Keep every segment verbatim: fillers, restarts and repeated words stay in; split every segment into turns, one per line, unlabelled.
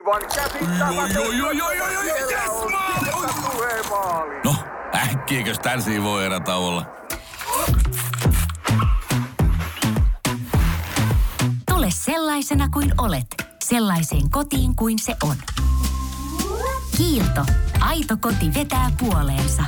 Aivan käsittämätöntä.
No, äkkiäkös tän voi erätä olla?
Tule sellaisena kuin olet, sellaiseen kotiin kuin se on. Kiilto. Aito koti vetää puoleensa.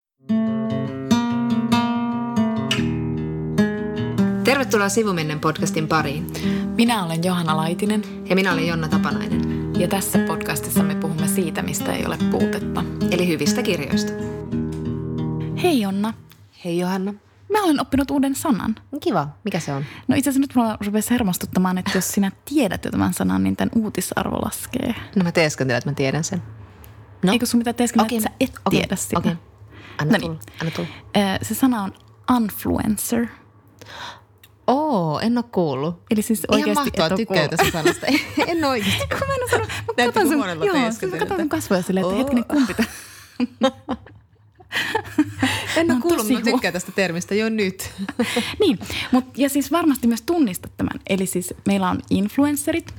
Tervetuloa Sivumennen podcastin pariin.
Minä olen Johanna Laitinen.
Ja minä olen Jonna Tapanainen.
Ja tässä podcastissa me puhumme siitä, mistä ei ole puutetta.
Eli hyvistä kirjoista.
Hei Jonna.
Hei Johanna.
Mä olen oppinut uuden sanan.
Kiva. Mikä se on?
No itse asiassa nyt mulla rupesi hermostuttamaan, että jos sinä tiedät jo tämän sanan, niin tämän uutisarvo laskee.
No mä teeskentelen, että mä tiedän sen.
No. Eikö sun mitään teeskentellä,
okay.
että sä et
okay.
tiedä sitä?
Okei. Okay. Anna tulla. Anna tulla.
Se sana on influencer.
Oo, en ole kuullut.
Eli siis oikeasti
ihan mahtavaa, tykkää tästä sanasta. En oikeasti.
Kun mä en ole sanonut, mä katson sun, joo, siis mä katson sun kasvoja silleen, että hetkinen, kumpi tämä.
En ole kuullut, mutta tykkää tästä termistä jo nyt.
Niin, mut, ja siis varmasti myös tunnistat tämän. Eli siis meillä on influencerit,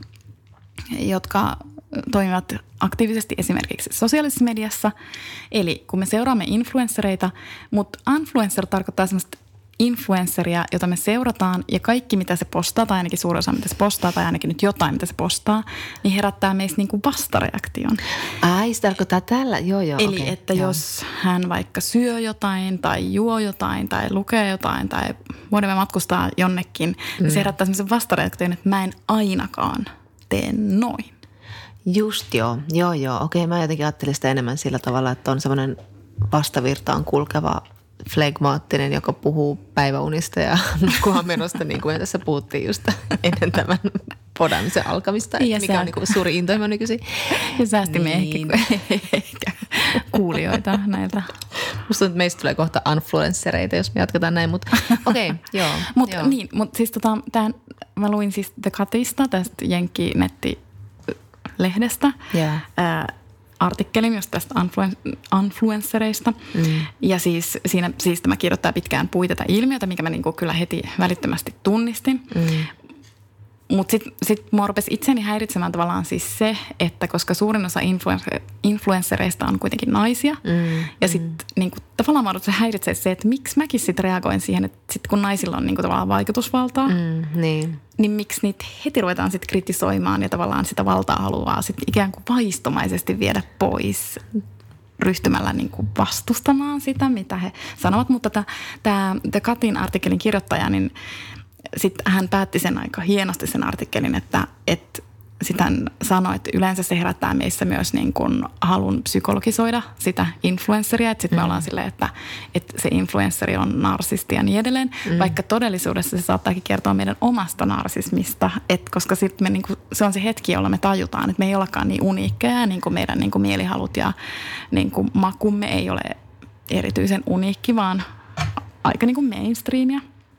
jotka toimivat aktiivisesti esimerkiksi sosiaalisessa mediassa. Eli kun me seuraamme influenssereita, mutta influencer tarkoittaa semmoista influenceria, jota me seurataan ja kaikki, mitä se postaa, tai ainakin suurin osa, mitä se postaa, tai ainakin nyt jotain, mitä se postaa, niin herättää meistä niin kuin vastareaktion.
Ai, se tarkoittaa tällä? Joo, joo.
Eli
okay,
että
joo.
jos hän vaikka syö jotain, tai juo jotain, tai lukee jotain, tai voimme matkustaa jonnekin, mm. niin se herättää semmoisen vastareaktion, että mä en ainakaan tee noin.
Just joo, joo, joo. Okei, mä jotenkin ajattelin sitä enemmän sillä tavalla, että on semmoinen vastavirtaan kulkeva flegmaattinen, joka puhuu päiväunista ja nukkumaan menosta, niin kuin me tässä puhuttiin just ennen tämän podaamisen alkamista, ja mikä sä... on niin kuin suuri intohimo nykyisin.
Ja säästimme
niin.
ehkä, ehkä kuulijoita näiltä.
Musta tuntuu, että meistä tulee kohta influenssereita, jos me jatketaan näin, mutta okei, okay, joo.
Mutta niin, mutta siis tota, tämän, mä luin siis The Cutista, tästä Jenkki-nettilehdestä,
yeah.
ää, artikkelin just tästä influen- influenssereista. Mm. Ja siis siinä siis tämä kirjoittaa pitkään pui tätä ilmiötä, mikä mä niinku kyllä heti välittömästi tunnistin. Mm. Mutta sitten sit mua rupesi itseni häiritsemään tavallaan siis se, että koska suurin osa influencer- influenssereista on kuitenkin naisia. Mm. Ja sitten mm. niinku, tavallaan mua se häiritsee se, että miksi mäkin sitten reagoin siihen, että sit kun naisilla on niinku tavallaan vaikutusvaltaa,
mm, niin.
niin miksi niitä heti ruvetaan sitten kritisoimaan ja tavallaan sitä valtaa haluaa sitten ikään kuin vaistomaisesti viedä pois ryhtymällä niin kuin vastustamaan sitä, mitä he sanovat. Mutta tämä The Cutin artikkelin kirjoittaja, niin sitten hän päätti sen aika hienosti sen artikkelin, että, että sitten hän sanoi, että yleensä se herättää meissä myös niin kuin halun psykologisoida sitä influenceria. Että sitten me ollaan silleen, että, että se influenceri on narsisti ja niin edelleen. Mm. Vaikka todellisuudessa se saattaakin kertoa meidän omasta narsismista. Että koska sitten me niin kuin, se on se hetki, jolla me tajutaan, että me ei olekaan niin uniikkeja, niin kuin meidän niin kuin mielihalut ja niin kuin makumme ei ole erityisen uniikki, vaan aika niin kuin mainstreamia.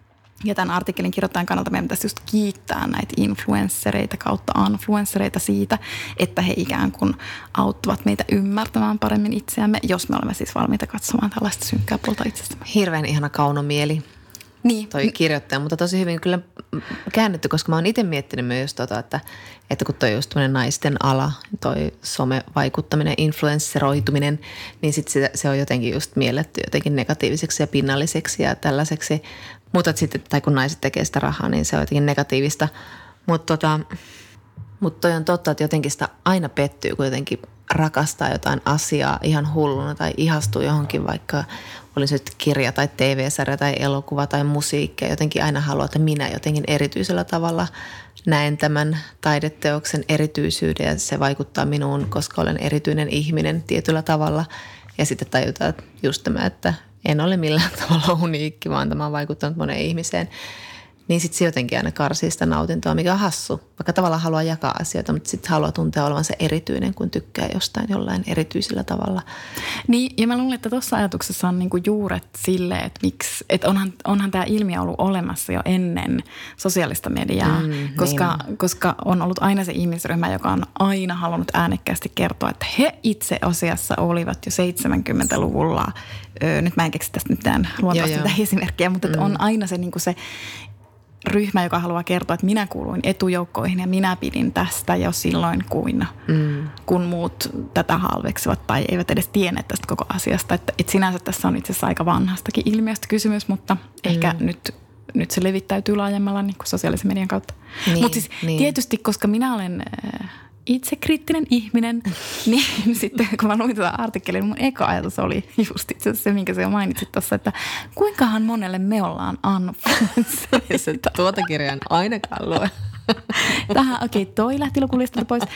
Ja tämän artikkelin kirjoittajan kannalta meidän pitäisi just kiittää näitä influenssereita kautta influenssereita siitä, että he ikään kuin auttavat meitä ymmärtämään paremmin itseämme, jos me olemme siis valmiita katsomaan tällaista synkkää puolta itsestämme.
Hirveän ihana kaunomieli.
Niin.
Toi kirjoittaja, mutta tosi hyvin kyllä käännetty, koska mä oon itse miettinyt myös tota, että, että kun toi just tämmöinen naisten ala, toi somevaikuttaminen, influensseroituminen, niin sit se, se on jotenkin just mielletty jotenkin negatiiviseksi ja pinnalliseksi ja tällaiseksi. Mutta sitten, tai kun naiset tekee sitä rahaa, niin se on jotenkin negatiivista. Mutta tota, mut toi on totta, että jotenkin sitä aina pettyy, kun jotenkin rakastaa jotain asiaa ihan hulluna tai ihastuu johonkin, vaikka olisi nyt kirja tai T V-sarja tai elokuva tai musiikki. Jotenkin aina haluaa, että minä jotenkin erityisellä tavalla näen tämän taideteoksen erityisyyden ja se vaikuttaa minuun, koska olen erityinen ihminen tietyllä tavalla. Ja sitten tajutaan että just tämä, että en ole millään tavalla uniikki, vaan tämä on vaikuttanut moneen ihmiseen. Niin sitten se jotenkin aina karsii sitä nautintoa, mikä on hassu. Vaikka tavallaan haluaa jakaa asioita, mutta sitten haluaa tuntea olevansa erityinen, kun tykkää jostain jollain erityisellä tavalla.
Niin, ja mä luulen, että tuossa ajatuksessa on niinku juuret sille, että miksi, että onhan, onhan tämä ilmiö ollut olemassa jo ennen sosiaalista mediaa, mm, koska, niin. koska on ollut aina se ihmisryhmä, joka on aina halunnut äänekkäästi kertoa, että he itse asiassa olivat jo seitsemänkymmentäluvulla, öö, nyt mä en keksi tästä mitään luontavasti mitään esimerkkiä, mutta mm. on aina se, niinku se ryhmä, joka haluaa kertoa, että minä kuuluin etujoukkoihin ja minä pidin tästä jo silloin, kuin, mm. kun muut tätä halveksivat tai eivät edes tienneet tästä koko asiasta. Että, että sinänsä tässä on itse asiassa aika vanhastakin ilmiöstä kysymys, mutta mm. ehkä nyt, nyt se levittäytyy laajemmalla niin kuin sosiaalisen median kautta. Niin, mutta siis niin. Tietysti, koska minä olen äh, itsekriittinen ihminen, niin sitten kun mä luin tätä artikkelia, niin mun eka ajatus oli just itse asiassa se, minkä sä jo mainitsit tuossa, että kuinkahan monelle me ollaan influenssereita.
Tuota kirjaa en ainakaan lue.
Tähän, okei, okay, toi lähti lukulistalta pois.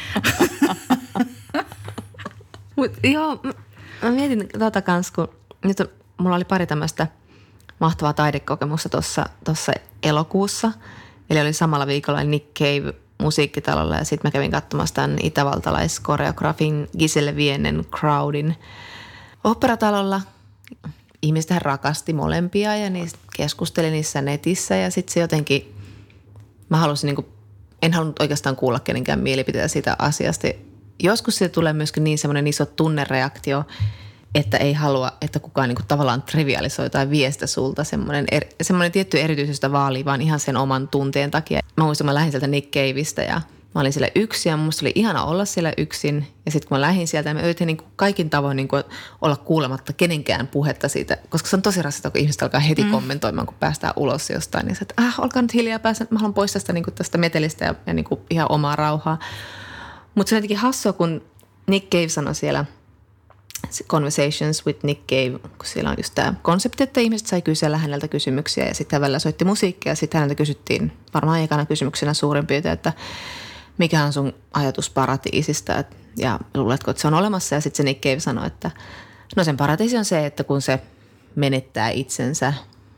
Mut joo, mä mietin tota kans, kun nyt mulla oli pari tämmöistä mahtavaa taidekokemusta tuossa elokuussa. Eli oli samalla viikolla Nick Cave musiikkitalolla ja sitten mä kävin katsomassa tämän itävaltalaiskoreografin Giselle Vienen Crowdin oopperatalolla. Ihmistähän rakasti molempia ja niistä keskusteli niissä netissä ja sitten se jotenkin, mä halusin niinku, en halunnut oikeastaan kuulla kenenkään mielipiteitä siitä asiasta. Joskus siitä tulee myöskin niin semmoinen iso tunnereaktio, että ei halua, että kukaan niinku tavallaan trivialisoi tai viestä sulta semmoinen, er, semmoinen tietty erityisestä vaalia, vaan ihan sen oman tunteen takia. Mä muistan, mä lähdin sieltä Nick Caveista ja mä olin siellä yksin ja musta oli ihana olla siellä yksin. Ja sitten kun mä lähdin sieltä, mä yritin niinku kaikin tavoin niinku olla kuulematta kenenkään puhetta siitä, koska se on tosi rasista, kun ihmiset alkaa heti mm. kommentoimaan, kun päästään ulos jostain. Niin sä, että äh, olkaa nyt hiljaa, pääsen, mä haluan pois tästä, niinku, tästä metelistä ja, ja niinku ihan omaa rauhaa. Mutta se on jotenkin hassua, kun Nick Cave sanoi siellä Conversations with Nick Cave, kun siellä on just tämä konsepti, että ihmiset sai kysellä häneltä kysymyksiä ja sitten hän välillä soitti musiikkia ja sitten häneltä kysyttiin varmaan ekana kysymyksenä suurin piirtein, että mikä on sun ajatus paratiisista ja luuletko, että se on olemassa ja sitten se Nick Cave sanoi, että no sen paratiisi on se, että kun se menettää itsensä,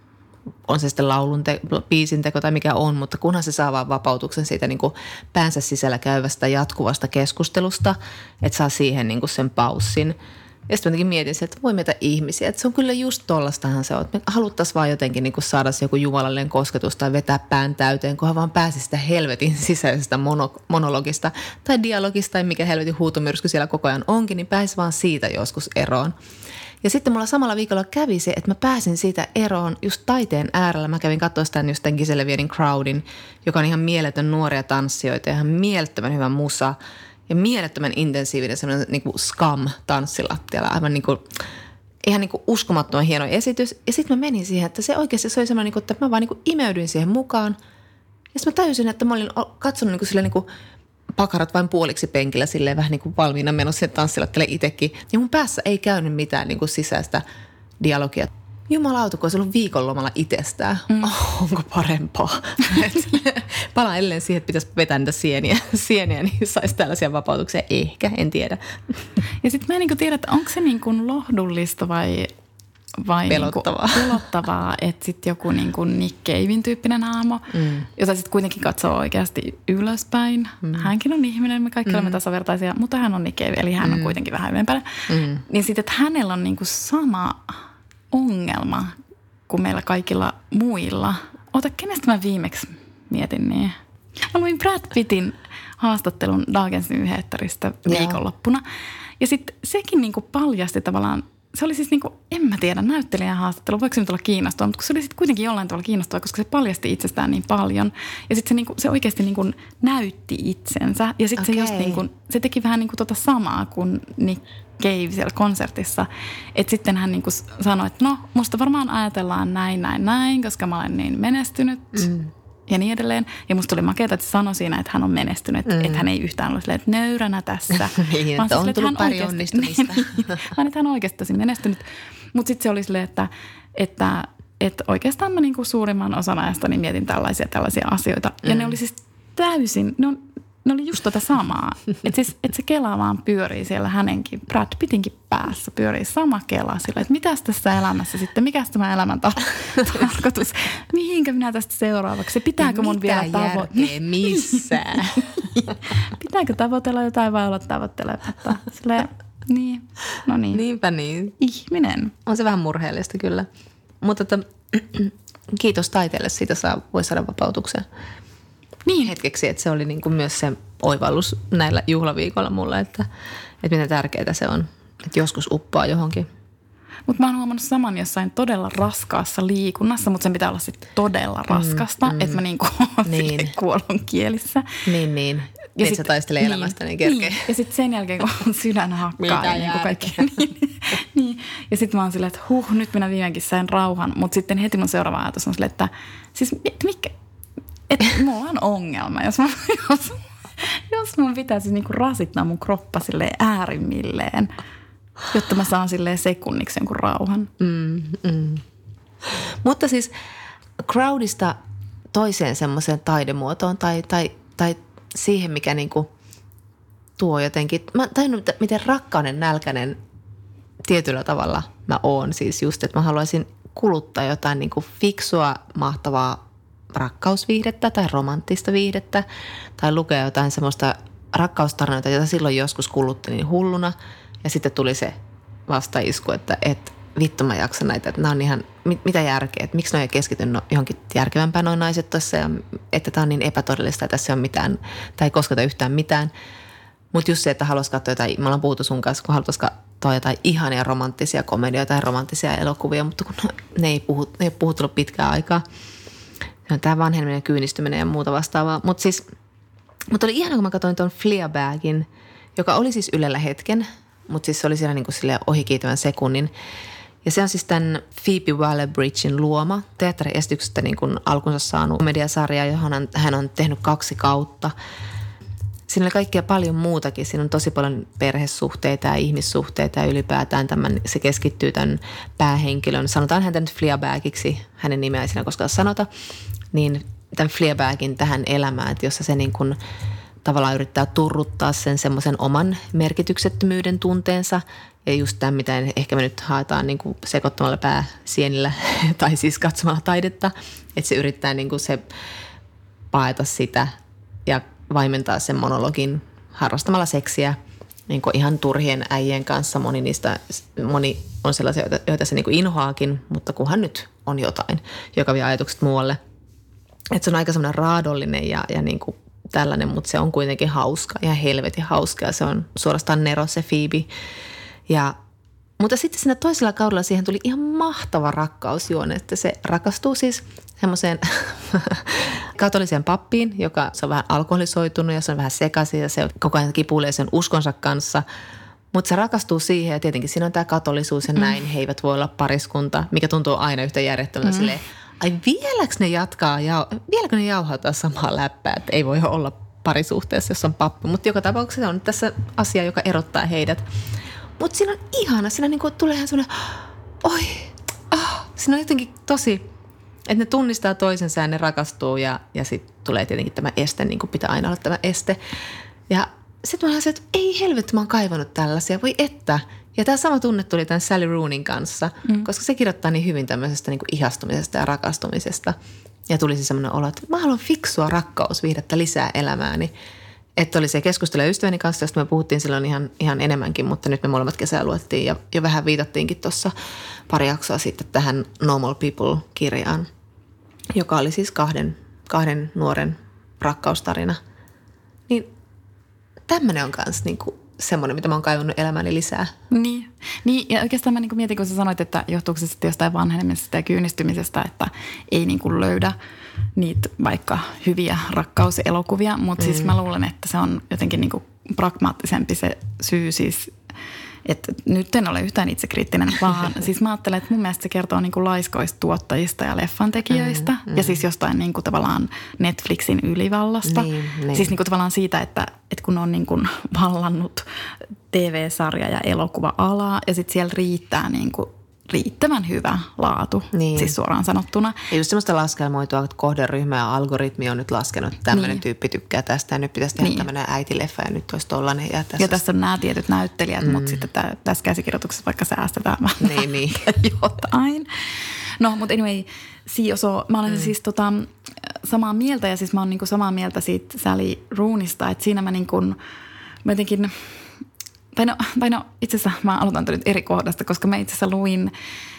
on se sitten laulun te- biisin teko tai mikä on, mutta kunhan se saa vaan vapautuksen siitä niin kuin päänsä sisällä käyvästä jatkuvasta keskustelusta, että saa siihen niin kuin sen paussin. Ja sitten jotenkin mietin se, että voi meitä ihmisiä, että se on kyllä just tollastahan se on. Me haluttaisiin vaan jotenkin niin kuin saada se joku jumalallinen kosketus tai vetää pään täyteen, kunhan vaan pääsi sitä helvetin sisäisestä mono- monologista tai dialogista tai mikä helvetin huutomyrsky siellä koko ajan onkin, niin pääsi vaan siitä joskus eroon. Ja sitten mulla samalla viikolla kävi se, että mä pääsin siitä eroon just taiteen äärellä. Mä kävin katsoa sitä just tämän Giselle Viennin Crowdin, joka on ihan mieletön nuoria tanssijoita ja ihan mielettömän hyvä musa ja mielettömän intensiivinen semmoinen niin kuin Scum-tanssilattialla. Aivan niin kuin, ihan niin kuin uskomattoman hieno esitys. Ja sitten mä menin siihen, että se oikeasti se oli semmoinen, että mä vaan niin kuin imeydyin siihen mukaan. Ja sitten mä tajusin, että mä olin katsonut niin kuin silleen niin kuin pakarat vain puoliksi penkillä silleen vähän niin kuin valmiina menossa sen tanssilattele itsekin. Ja mun päässä ei käynyt mitään niin kuin sisäistä dialogia. Jumalauta, kun olisi ollut viikonlomalla itsestään. Mm. Oh, onko parempaa? Palaan edelleen siihen, että pitäisi vetää niitä sieniä, sieniä niin saisi tällaisia vapautuksia. Ehkä, en tiedä.
Ja sitten mä en niin kuin tiedä, että onko se niin kuin lohdullista vai vai
pelottavaa,
niin kuin pelottavaa että sitten joku niin kuin Nick Caven tyyppinen hahmo, mm. jota sitten kuitenkin katsoo oikeasti ylöspäin. Mm. Hänkin on ihminen, me kaikki mm. olemme tasavertaisia, mutta hän on Nick Cave, eli hän mm. on kuitenkin vähän ylempänä. Mm. Niin sitten, että hänellä on niin kuin sama ongelma kuin meillä kaikilla muilla. Ota, kenestä mä viimeksi mietin niin? Mä luin Brad Pittin haastattelun Dagens Nyheteristä viikonloppuna. Ja sitten sekin niin kuin paljasti tavallaan, se oli siis niin kuin, en mä tiedä, näyttelijän haastattelu, voiko se nyt olla kiinnostava, mutta se oli sitten kuitenkin jollain tavalla kiinnostava, koska se paljasti itsestään niin paljon. Ja sitten se, niin kuin, se oikeasti niin kuin näytti itsensä. Ja sitten okay. se, niin kuin, se teki vähän niin kuin tota samaa kuin Nick Cave siellä konsertissa. Että sitten hän niin kuin sanoi, että no, musta varmaan ajatellaan näin, näin, näin, koska mä olen niin menestynyt. Mm. Ja niin edelleen. Ja musta tuli makeata, että se sanoi siinä, että hän on menestynyt. Mm. Että hän ei yhtään ole silleen, että nöyränä tässä.
niin, vaan että on tullut pari onnistumista.
Niin, vaan että hän on oikeasti tosi menestynyt. Mutta sitten se oli silleen, että, että, että oikeastaan mä niinku suurimman osan ajasta niin mietin tällaisia tällaisia asioita. Ja mm. ne oli siis täysin, ne, on, ne oli just tota samaa. Että siis, et se kela vaan pyörii siellä hänenkin, Brad Pittinkin päässä pyörii sama kela sillä, että mitäs tässä elämässä sitten, mikäs tämä elämän tarkoitus, mihinkä minä tästä seuraavaksi, pitääkö mun vielä tavoitella?
missään?
Pitääkö tavoitella jotain vai olla tavoittelematta? Silleen, niin, no niin.
Niinpä niin.
Ihminen.
On se vähän murheellista kyllä, mutta että, kiitos taiteelle, siitä saa, voi saada vapautuksen. Niin hetkeksi, että se oli niin kuin myös se oivallus näillä juhlaviikolla mulle, että, että miten tärkeää se on, että joskus uppoaa johonkin.
Mutta mä oon huomannut saman jossain todella raskaassa liikunnassa, mutta sen pitää olla sitten todella raskasta, mm, mm. että mä niinku niin. kuolon kielissä.
Niin, niin. Ja sit sä taistelee niin, elämästä, niin kerkee.
Niin. Ja sitten sen jälkeen, kun sydän hakkaa ja niin kaikki. niin, niin. Ja sitten mä oon silleen, että huh, nyt minä viimeinkin sain rauhan. Mutta sitten heti mun seuraava ajatus on silleen, että siis mikä, että mulla on ongelma, jos, mä, jos, jos mun pitäisi niinku rasittaa mun kroppa silleen äärimmilleen, jotta mä saan silleen sekunniksi jonkun rauhan.
Mm, mm. Mutta siis crowdista toiseen semmoiseen taidemuotoon tai, tai, tai siihen, mikä niinku tuo jotenkin. Mä tajunnut, miten rakkauden nälkäinen tietyllä tavalla mä oon. Siis just, että mä haluaisin kuluttaa jotain niinku fiksua, mahtavaa rakkausviihdettä tai romanttista viihdettä tai lukea jotain semmoista rakkaustarinoita, jota silloin joskus kulutti niin hulluna. Ja sitten tuli se vastaisku, että, että vittu mä jaksan näitä, että nämä on ihan, mit, mitä järkeä, että miksi ne ei keskity no, johonkin järkevämpään noin naiset tuossa ja että tämä on niin epätodellista, että tässä ei ole mitään, tai ei kosketa yhtään mitään. Mutta just se, että haluaisi katsoa jotain, me ollaan puhuttu sun kanssa, kun haluaisi katsoa jotain ihania romanttisia komedioita tai romanttisia elokuvia, mutta kun ne ei, puhu, ne ei ole puhuttanut pitkään aikaa. Se on tämä vanheneminen, kyynistyminen ja muuta vastaavaa. Mutta siis, mutta oli ihana, kun mä katsoin tuon Fleabagin, joka oli siis Ylellä hetken, mutta siis se oli siellä niin kuin silleen ohikiitävän sekunnin. Ja se on siis tämän Phoebe Waller-Bridgen luoma teatteriesityksestä niin kuin alkunsa saanut komediasarja, johon hän, hän on tehnyt kaksi kautta. Siinä oli kaikkea paljon muutakin. Siinä on tosi paljon perhesuhteita ja ihmissuhteita ja ylipäätään tämän, se keskittyy tämän päähenkilön. Sanotaan häntä nyt Fleabagiksi, hänen nimeä ei siinä koskaan sanota. Niin tämän Fleabagin tähän elämään, että jossa se niin kuin tavallaan yrittää turruttaa sen semmoisen oman merkityksettömyyden tunteensa. Ja just tämä, mitä ehkä me nyt haetaan niin kuin sekoittamalla pääsienillä tai siis katsomalla taidetta. Että se yrittää niin kuin se paeta sitä ja vaimentaa sen monologin harrastamalla seksiä niin kuin ihan turhien äijien kanssa. Moni niistä, moni on sellaisia, joita, joita se niin kuin inhoaakin, mutta kunhan nyt on jotain, joka vie ajatukset muualle. Että se on aika semmoinen raadollinen ja, ja niin kuin tällainen, mutta se on kuitenkin hauska ja helvetin hauska ja se on suorastaan nero se Phoebe. Ja, mutta sitten siinä toisella kaudella siihen tuli ihan mahtava rakkausjuone, että se rakastuu siis semmoiseen katoliseen pappiin, joka se on vähän alkoholisoitunut ja se on vähän sekaisin ja se koko ajan kipuilee sen uskonsa kanssa. Mutta se rakastuu siihen ja tietenkin siinä on tämä katolisuus ja näin, mm. he eivät voi olla pariskunta, mikä tuntuu aina yhtä järjettömältä mm. silleen, ai vieläkö ne jatkaa, ja vieläkö ne jauhautaa samaa läppää, että ei voi olla parisuhteessa, jos on pappi. Mutta joka tapauksessa on tässä asia, joka erottaa heidät. Mutta siinä on ihana, siinä niinku tulee ihan semmoinen, oi, ah, siinä on jotenkin tosi, että ne tunnistaa toisensa ja ne rakastuu ja, ja sitten tulee tietenkin tämä este, niin kuin pitää aina olla tämä este. Ja sitten mä olen se, että ei helvetti, mä oon kaivannut tällaisia, voi että. Ja tämä sama tunne tuli tämän Sally Rooneyn kanssa, mm. koska se kirjoittaa niin hyvin tämmöisestä niin kuin ihastumisesta ja rakastumisesta. Ja tuli se semmoinen olo, että mä haluan fiksua rakkausviihdettä lisää elämääni. Että oli se keskustelu ystäväni kanssa, josta me puhuttiin silloin ihan, ihan enemmänkin, mutta nyt me molemmat kesällä luettiin ja jo vähän viitattiinkin tuossa pari jaksoa sitten tähän Normal People-kirjaan, joka oli siis kahden, kahden nuoren rakkaustarina. Niin tämmöinen on kanssa niinku semmoinen, mitä mä oon kaivannut elämäni lisää. Niin,
niin ja oikeastaan mä niinku mietin, kun sä sanoit, että johtuuko se sitten jostain vanhenemisesta ja kyynistymisestä, että ei niinku löydä niitä vaikka hyviä rakkauselokuvia, mutta mm. siis mä luulen, että se on jotenkin niinku pragmaattisempi se syy siis, että nyt en ole yhtään itsekriittinen, vaan siis mä ajattelen, että mun mielestä se kertoo niinku laiskoista tuottajista ja leffantekijöistä mm, mm. ja siis jostain niinku tavallaan Netflixin ylivallasta. Niin, niin. Siis niinku tavallaan siitä, että, että kun on niinku vallannut T V-sarja ja elokuva-alaa ja sitten siellä riittää niinku riittävän hyvä laatu, niin. Siis suoraan sanottuna.
Ja just semmoista laskelmoitua, että kohderyhmä ja algoritmi on nyt laskenut, että tämmöinen niin. tyyppi tykkää tästä ja nyt pitäisi tehdä niin. tämmöinen äitileffa ja nyt olisi tollainen. Ja tässä,
ja tässä on nämä tietyt näyttelijät, mm. mutta sitten tä, tässä käsikirjoituksessa vaikka säästetään vähän
niin, niin.
jotain. No, mutta anyway, Sioso, mä olen mm. siis tota, samaa mieltä ja siis mä oon niinku samaa mieltä siitä Sally Rooneysta, että siinä mä niinku, mä jotenkin... Tai no, tai no itse asiassa mä aloitan nyt eri kohdasta, koska mä itse asiassa luin,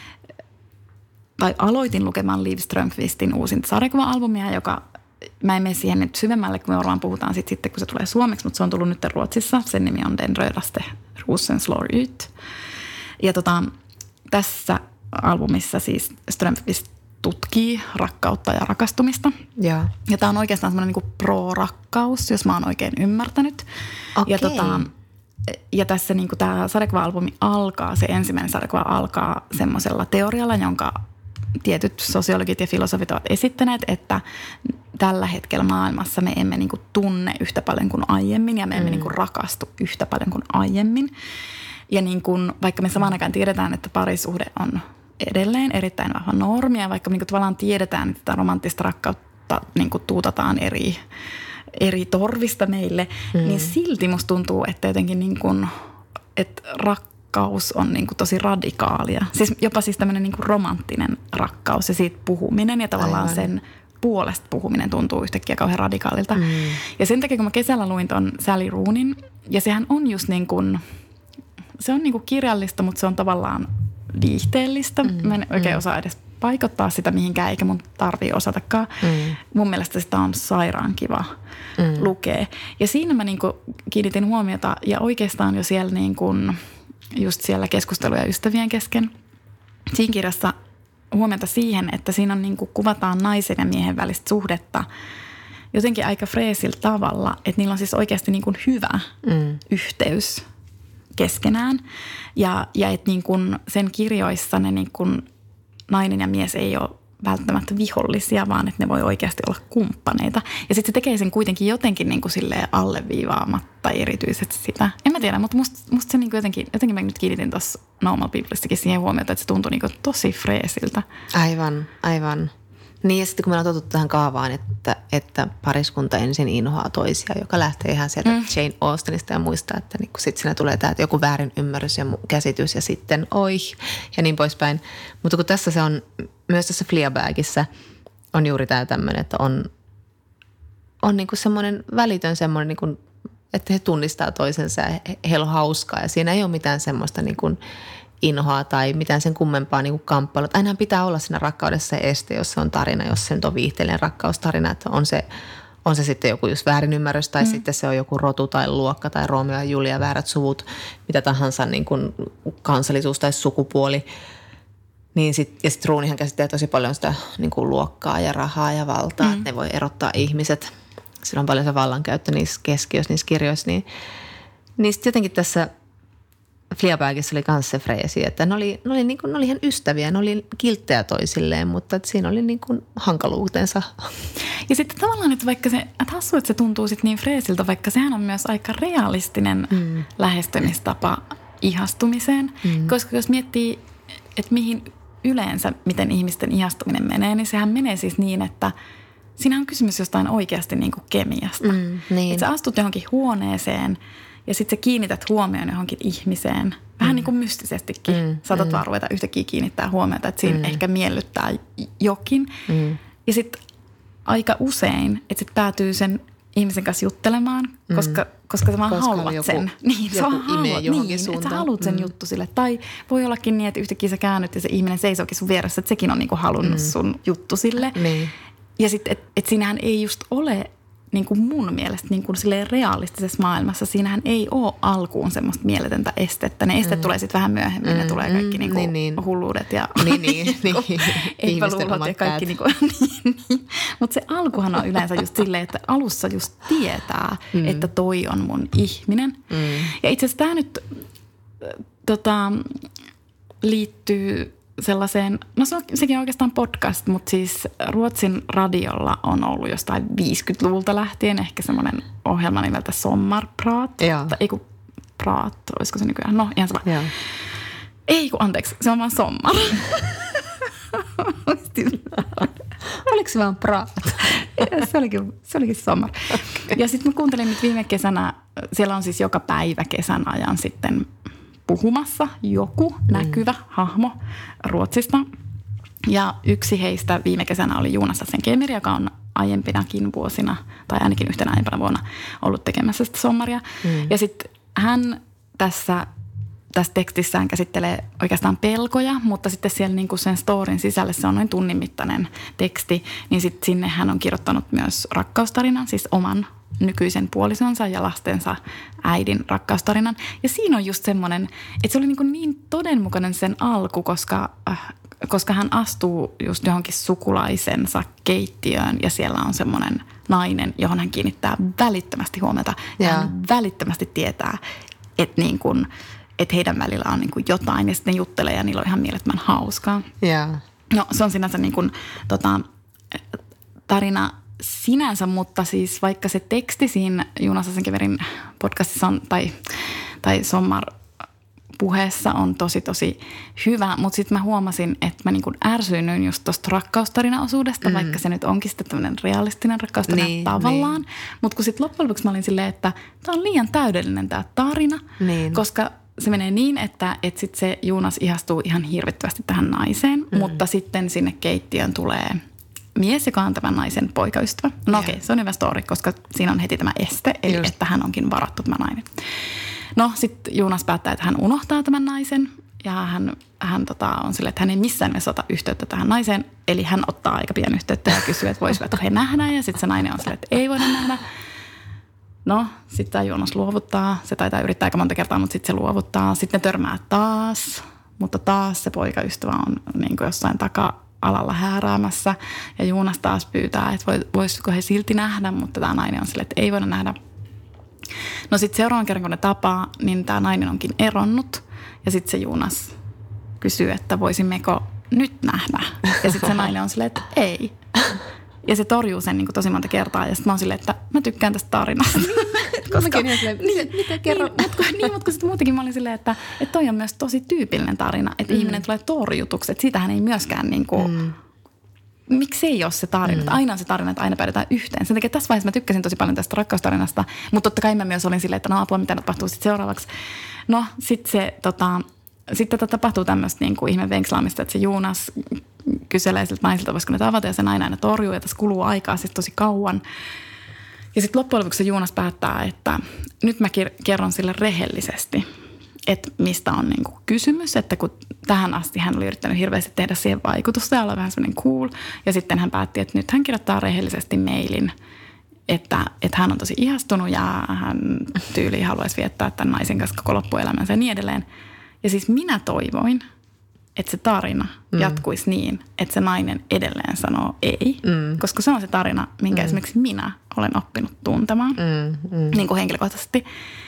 tai aloitin lukemaan Liv Strömqvistin uusinta sarjakuva-albumia, joka mä en mene siihen nyt syvemmälle, kun me varmaan puhutaan sit sitten, kun se tulee suomeksi, mutta se on tullut nyt Ruotsissa. Sen nimi on Den rödaste rosen slår ut. Ja tota, tässä albumissa siis Strömqvist tutkii rakkautta ja rakastumista.
Ja,
ja tämä on oikeastaan semmoinen niin kuin pro-rakkaus, jos mä oon oikein ymmärtänyt.
Okei.
Ja, tota, ja tässä niin kuin tämä sadekuva-albumi alkaa, se ensimmäinen sadekuva alkaa semmoisella teorialla, jonka tietyt sosiologit ja filosofit ovat esittäneet, että tällä hetkellä maailmassa me emme niin kuin tunne yhtä paljon kuin aiemmin ja me emme mm. niin kuin rakastu yhtä paljon kuin aiemmin. Ja niin kuin, vaikka me samaan aikaan tiedetään, että parisuhde on edelleen erittäin vahva normi ja vaikka niin kuin tavallaan tiedetään, että tätä romanttista rakkautta niin kuin tuutataan eri, eri torvista meille, mm. niin silti musta tuntuu, että jotenkin niin kuin, että rakkaus on niin kuin tosi radikaalia. Siis jopa siis tämmöinen niin kuin romanttinen rakkaus ja siitä puhuminen ja tavallaan Aivan. sen puolesta puhuminen tuntuu yhtäkkiä kauhean radikaalilta. Mm. Ja sen takia, kun mä kesällä luin ton Sally Rooneyn, ja sehän on just niin kuin, se on niin kuin kirjallista, mutta se on tavallaan viihteellistä. Mm, mä en oikein mm. osaa edes paikottaa sitä mihinkään, eikä mun tarvii osatakaan. Mm. Mun mielestä sitä on sairaan kiva mm. lukea. Ja siinä mä niinku kiinnitin huomiota ja oikeastaan jo siellä niinku, just siellä keskusteluja ystävien kesken. Siinä kirjassa huomiota siihen, että siinä on niinku, kuvataan naisen ja miehen välistä suhdetta jotenkin aika freesillä tavalla, että niillä on siis oikeasti niinku hyvä mm. yhteys keskenään. Ja, ja että niin kun sen kirjoissa ne niin kun nainen ja mies ei ole välttämättä vihollisia, vaan että ne voi oikeasti olla kumppaneita. Ja sitten se tekee sen kuitenkin jotenkin niin kuin silleen alleviivaamatta erityisesti sitä. En mä tiedä, mutta musta, musta se niin kuin jotenkin, jotenkin mä nyt kiinnitin tuossa Normal Peoplessäkin siihen huomiota, että se tuntui niin kuin tosi freesiltä.
Aivan, aivan. Niin ja sitten kun me ollaan totuttu tähän kaavaan, että, että pariskunta ensin inhoaa toisia, joka lähtee ihan sieltä mm. Jane Austenista ja muistaa, että niin sitten siinä tulee tämä joku väärin ymmärrys ja käsitys ja sitten oi ja niin poispäin. Mutta kun tässä se on, myös tässä Fleabagissa on juuri tämä tämmöinen, että on, on niin kuin semmoinen välitön semmoinen, niin kuin, että he tunnistaa toisensa ja heillä on hauskaa ja siinä ei ole mitään semmoista niin kuin inhoa tai mitään sen kummempaa niin kuin kamppailua. Ainahan pitää olla siinä rakkaudessa se este, jos se on tarina, jos se on viihteellinen rakkaustarina, että on se, on se sitten joku just väärinymmärrys tai mm. sitten se on joku rotu tai luokka tai Romeo ja Julia, väärät suvut, mitä tahansa niin kuin kansallisuus tai sukupuoli. Niin sit, ja sitten Ruunihan käsittelee tosi paljon sitä niin kuin luokkaa ja rahaa ja valtaa, mm. että ne voi erottaa ihmiset. Siinä on paljon se vallankäyttö niissä keskiöissä, niissä kirjoissa. Niin, niin sitten jotenkin tässä Fleabagissa oli myös se freesi, että ne oli, ne oli, niin kuin, ne oli ihan ystäviä, ne oli kilttejä toisilleen, mutta että siinä oli niin kuin hankaluutensa.
Ja sitten tavallaan, että vaikka se, että hassu, että se tuntuu sitten niin freesiltä, vaikka sehän on myös aika realistinen mm. lähestymistapa ihastumiseen. Mm. Koska jos miettii, että mihin yleensä, miten ihmisten ihastuminen menee, niin sehän menee siis niin, että siinä on kysymys jostain oikeasti niin kuin kemiasta. Mm, niin. Että sä astut johonkin huoneeseen ja sitten sä kiinnität huomioon johonkin ihmiseen. Vähän mm. niin kuin mystisestikin. Mm, Saatat mm. vaan ruveta yhtäkkiä kiinnittää huomiota, että siinä mm. ehkä miellyttää jokin. Mm. Ja sitten aika usein, että sit päätyy sen ihmisen kanssa juttelemaan, mm. koska, koska sä vaan koska haluat joku, sen. Niin, sä haluat, niin, että sä haluat sen mm. juttu sille. Tai voi ollakin niin, että yhtäkkiä sä käännyt ja se ihminen seisookin sun vieressä, että sekin on niinku halunnut mm. sun juttu sille. Niin. Ja sitten, että et siinähän ei just ole niin kuin mun mielestä niin kuin silleen realistisessa maailmassa, siinähän ei ole alkuun semmoista mieletöntä estettä. Ne estet mm. tulee sitten vähän myöhemmin, mm. ne tulee kaikki niin kuin niin, niin. hulluudet ja niin, niin, niin. epäluulot ja kaikki. Niin niin, niin. Mutta se alkuhan on yleensä just silleen, että alussa just tietää, mm. että toi on mun ihminen. Mm. Ja itse asiassa tämä nyt tota, liittyy sellaiseen, no se on, sekin on oikeastaan podcast, mutta siis Ruotsin radiolla on ollut jostain viisikymmentäluvulta lähtien ehkä semmoinen ohjelma nimeltä Sommarprat. Tai ei kun Prat, olisiko se nykyään? No ihan sama. Joo. Ei kun anteeksi, se on vaan Sommar.
Oliko se vaan Prat?
se, olikin, se olikin Sommar. Okay. Ja sitten mä kuuntelin nyt viime kesänä, siellä on siis joka päivä kesän ajan sitten puhumassa joku näkyvä mm. hahmo Ruotsista. Ja yksi heistä viime kesänä oli Jonas Hassenkemir, joka on aiempinakin vuosina, tai ainakin yhtenä aiempana vuonna ollut tekemässä sitä sommaria. Mm. Ja sitten hän tässä, tässä tekstissään käsittelee oikeastaan pelkoja, mutta sitten siellä niinku sen storin sisällä, se on noin tunnin mittainen teksti, niin sitten sinne hän on kirjoittanut myös rakkaustarinan, siis oman nykyisen puolisonsa ja lastensa äidin rakkaustarinan. Ja siinä on just semmoinen, että se oli niin, niin todenmukainen sen alku, koska, äh, koska hän astuu just johonkin sukulaisensa keittiöön ja siellä on semmoinen nainen, johon hän kiinnittää välittömästi huomiota. Ja, ja hän välittömästi tietää, että niin kuin, että heidän välillä on niin kuin jotain ja sitten juttelee ja niillä on ihan mielettömän hauskaa.
Yeah.
No se on sinänsä niin kuin, tota, tarina sinänsä, mutta siis vaikka se teksti siinä Jonas Asenkeverin podcastissa on, tai, tai Sommar puheessa on tosi tosi hyvä, mutta sitten mä huomasin, että mä niin kuin ärsyynnyin just tuosta rakkaustarinaosuudesta, mm. vaikka se nyt onkin sitten tämmöinen realistinen rakkaustarina niin, tavallaan. Niin. Mutta kun sitten loppujen lopuksi mä olin silleen, että tämä on liian täydellinen tämä tarina, niin. koska se menee niin, että, että sitten se Jonas ihastuu ihan hirvittävästi tähän naiseen, mm. mutta sitten sinne keittiöön tulee mies, joka on tämän naisen poikaystävä. No okei, okay, se on hyvä story, koska siinä on heti tämä este, eli just. Että hän onkin varattu tämä nainen. No sitten Jonas päättää, että hän unohtaa tämän naisen ja hän, hän tota, on silleen, että hän ei missään nimessä ota yhteyttä tähän naiseen. Eli hän ottaa aika pian yhteyttä ja kysyy, että voisivatko he nähdä ja sitten se nainen on silleen, että ei voida nähdä. No sitten tämä Jonas luovuttaa, se taitaa yrittää aika monta kertaa, mutta sitten se luovuttaa. Sitten ne törmää taas, mutta taas se poikaystävä on niin kuin jossain taka-alalla hääräämässä ja Jonas taas pyytää, että voisiko he silti nähdä, mutta tämä nainen on silleen, että ei voida nähdä. No sitten seuraavan kerran, kun ne tapaa, niin tämä nainen onkin eronnut. Ja sitten se Jonas kysyy, että voisimmeko nyt nähdä. Ja sitten se nainen on silleen, että ei. Ja se torjuu sen niin kuin tosi monta kertaa. Ja sitten mä oon silleen, että mä tykkään tästä tarinasta. Koska, niin, mitä kerro? Niin, mutta niin, mut sitten muutenkin mä olin silleen, että, että toi on myös tosi tyypillinen tarina. Että mm. ihminen tulee torjutuksi. Että siitähän ei myöskään niin kuin... Mm. Miksi ei ole se tarina? Mm. Aina on se tarina, että aina päädytään yhteen. Sen takia tässä vaiheessa mä tykkäsin tosi paljon tästä rakkaustarinasta, mutta totta kai mä myös olin silleen, että no apua, mitä tapahtuu sitten seuraavaksi. No sitten se, tota, sitten tota, tapahtuu tämmöistä niin kuin ihme venkslaamista, että se Jonas kyselee siltä naisilta, voisiko ne tavata ja se nainen aina torjuu ja tässä kuluu aikaa siis tosi kauan. Ja sitten loppujen lopuksi se Jonas päättää, että nyt mä kerron sille rehellisesti, että mistä on niinku kysymys, että kun tähän asti hän oli yrittänyt hirveästi tehdä siihen vaikutusta ja olla vähän semmoinen cool. Ja sitten hän päätti, että nyt hän kirjoittaa rehellisesti mailin, että, että hän on tosi ihastunut ja hän tyyliin haluaisi viettää tämän naisen kanssa koko loppuelämänsä ja niin edelleen. Ja siis minä toivoin, että se tarina mm. jatkuisi niin, että se nainen edelleen sanoo ei. Mm. Koska se on se tarina, minkä mm. esimerkiksi minä olen oppinut tuntemaan mm. Mm. niin kuin henkilökohtaisesti.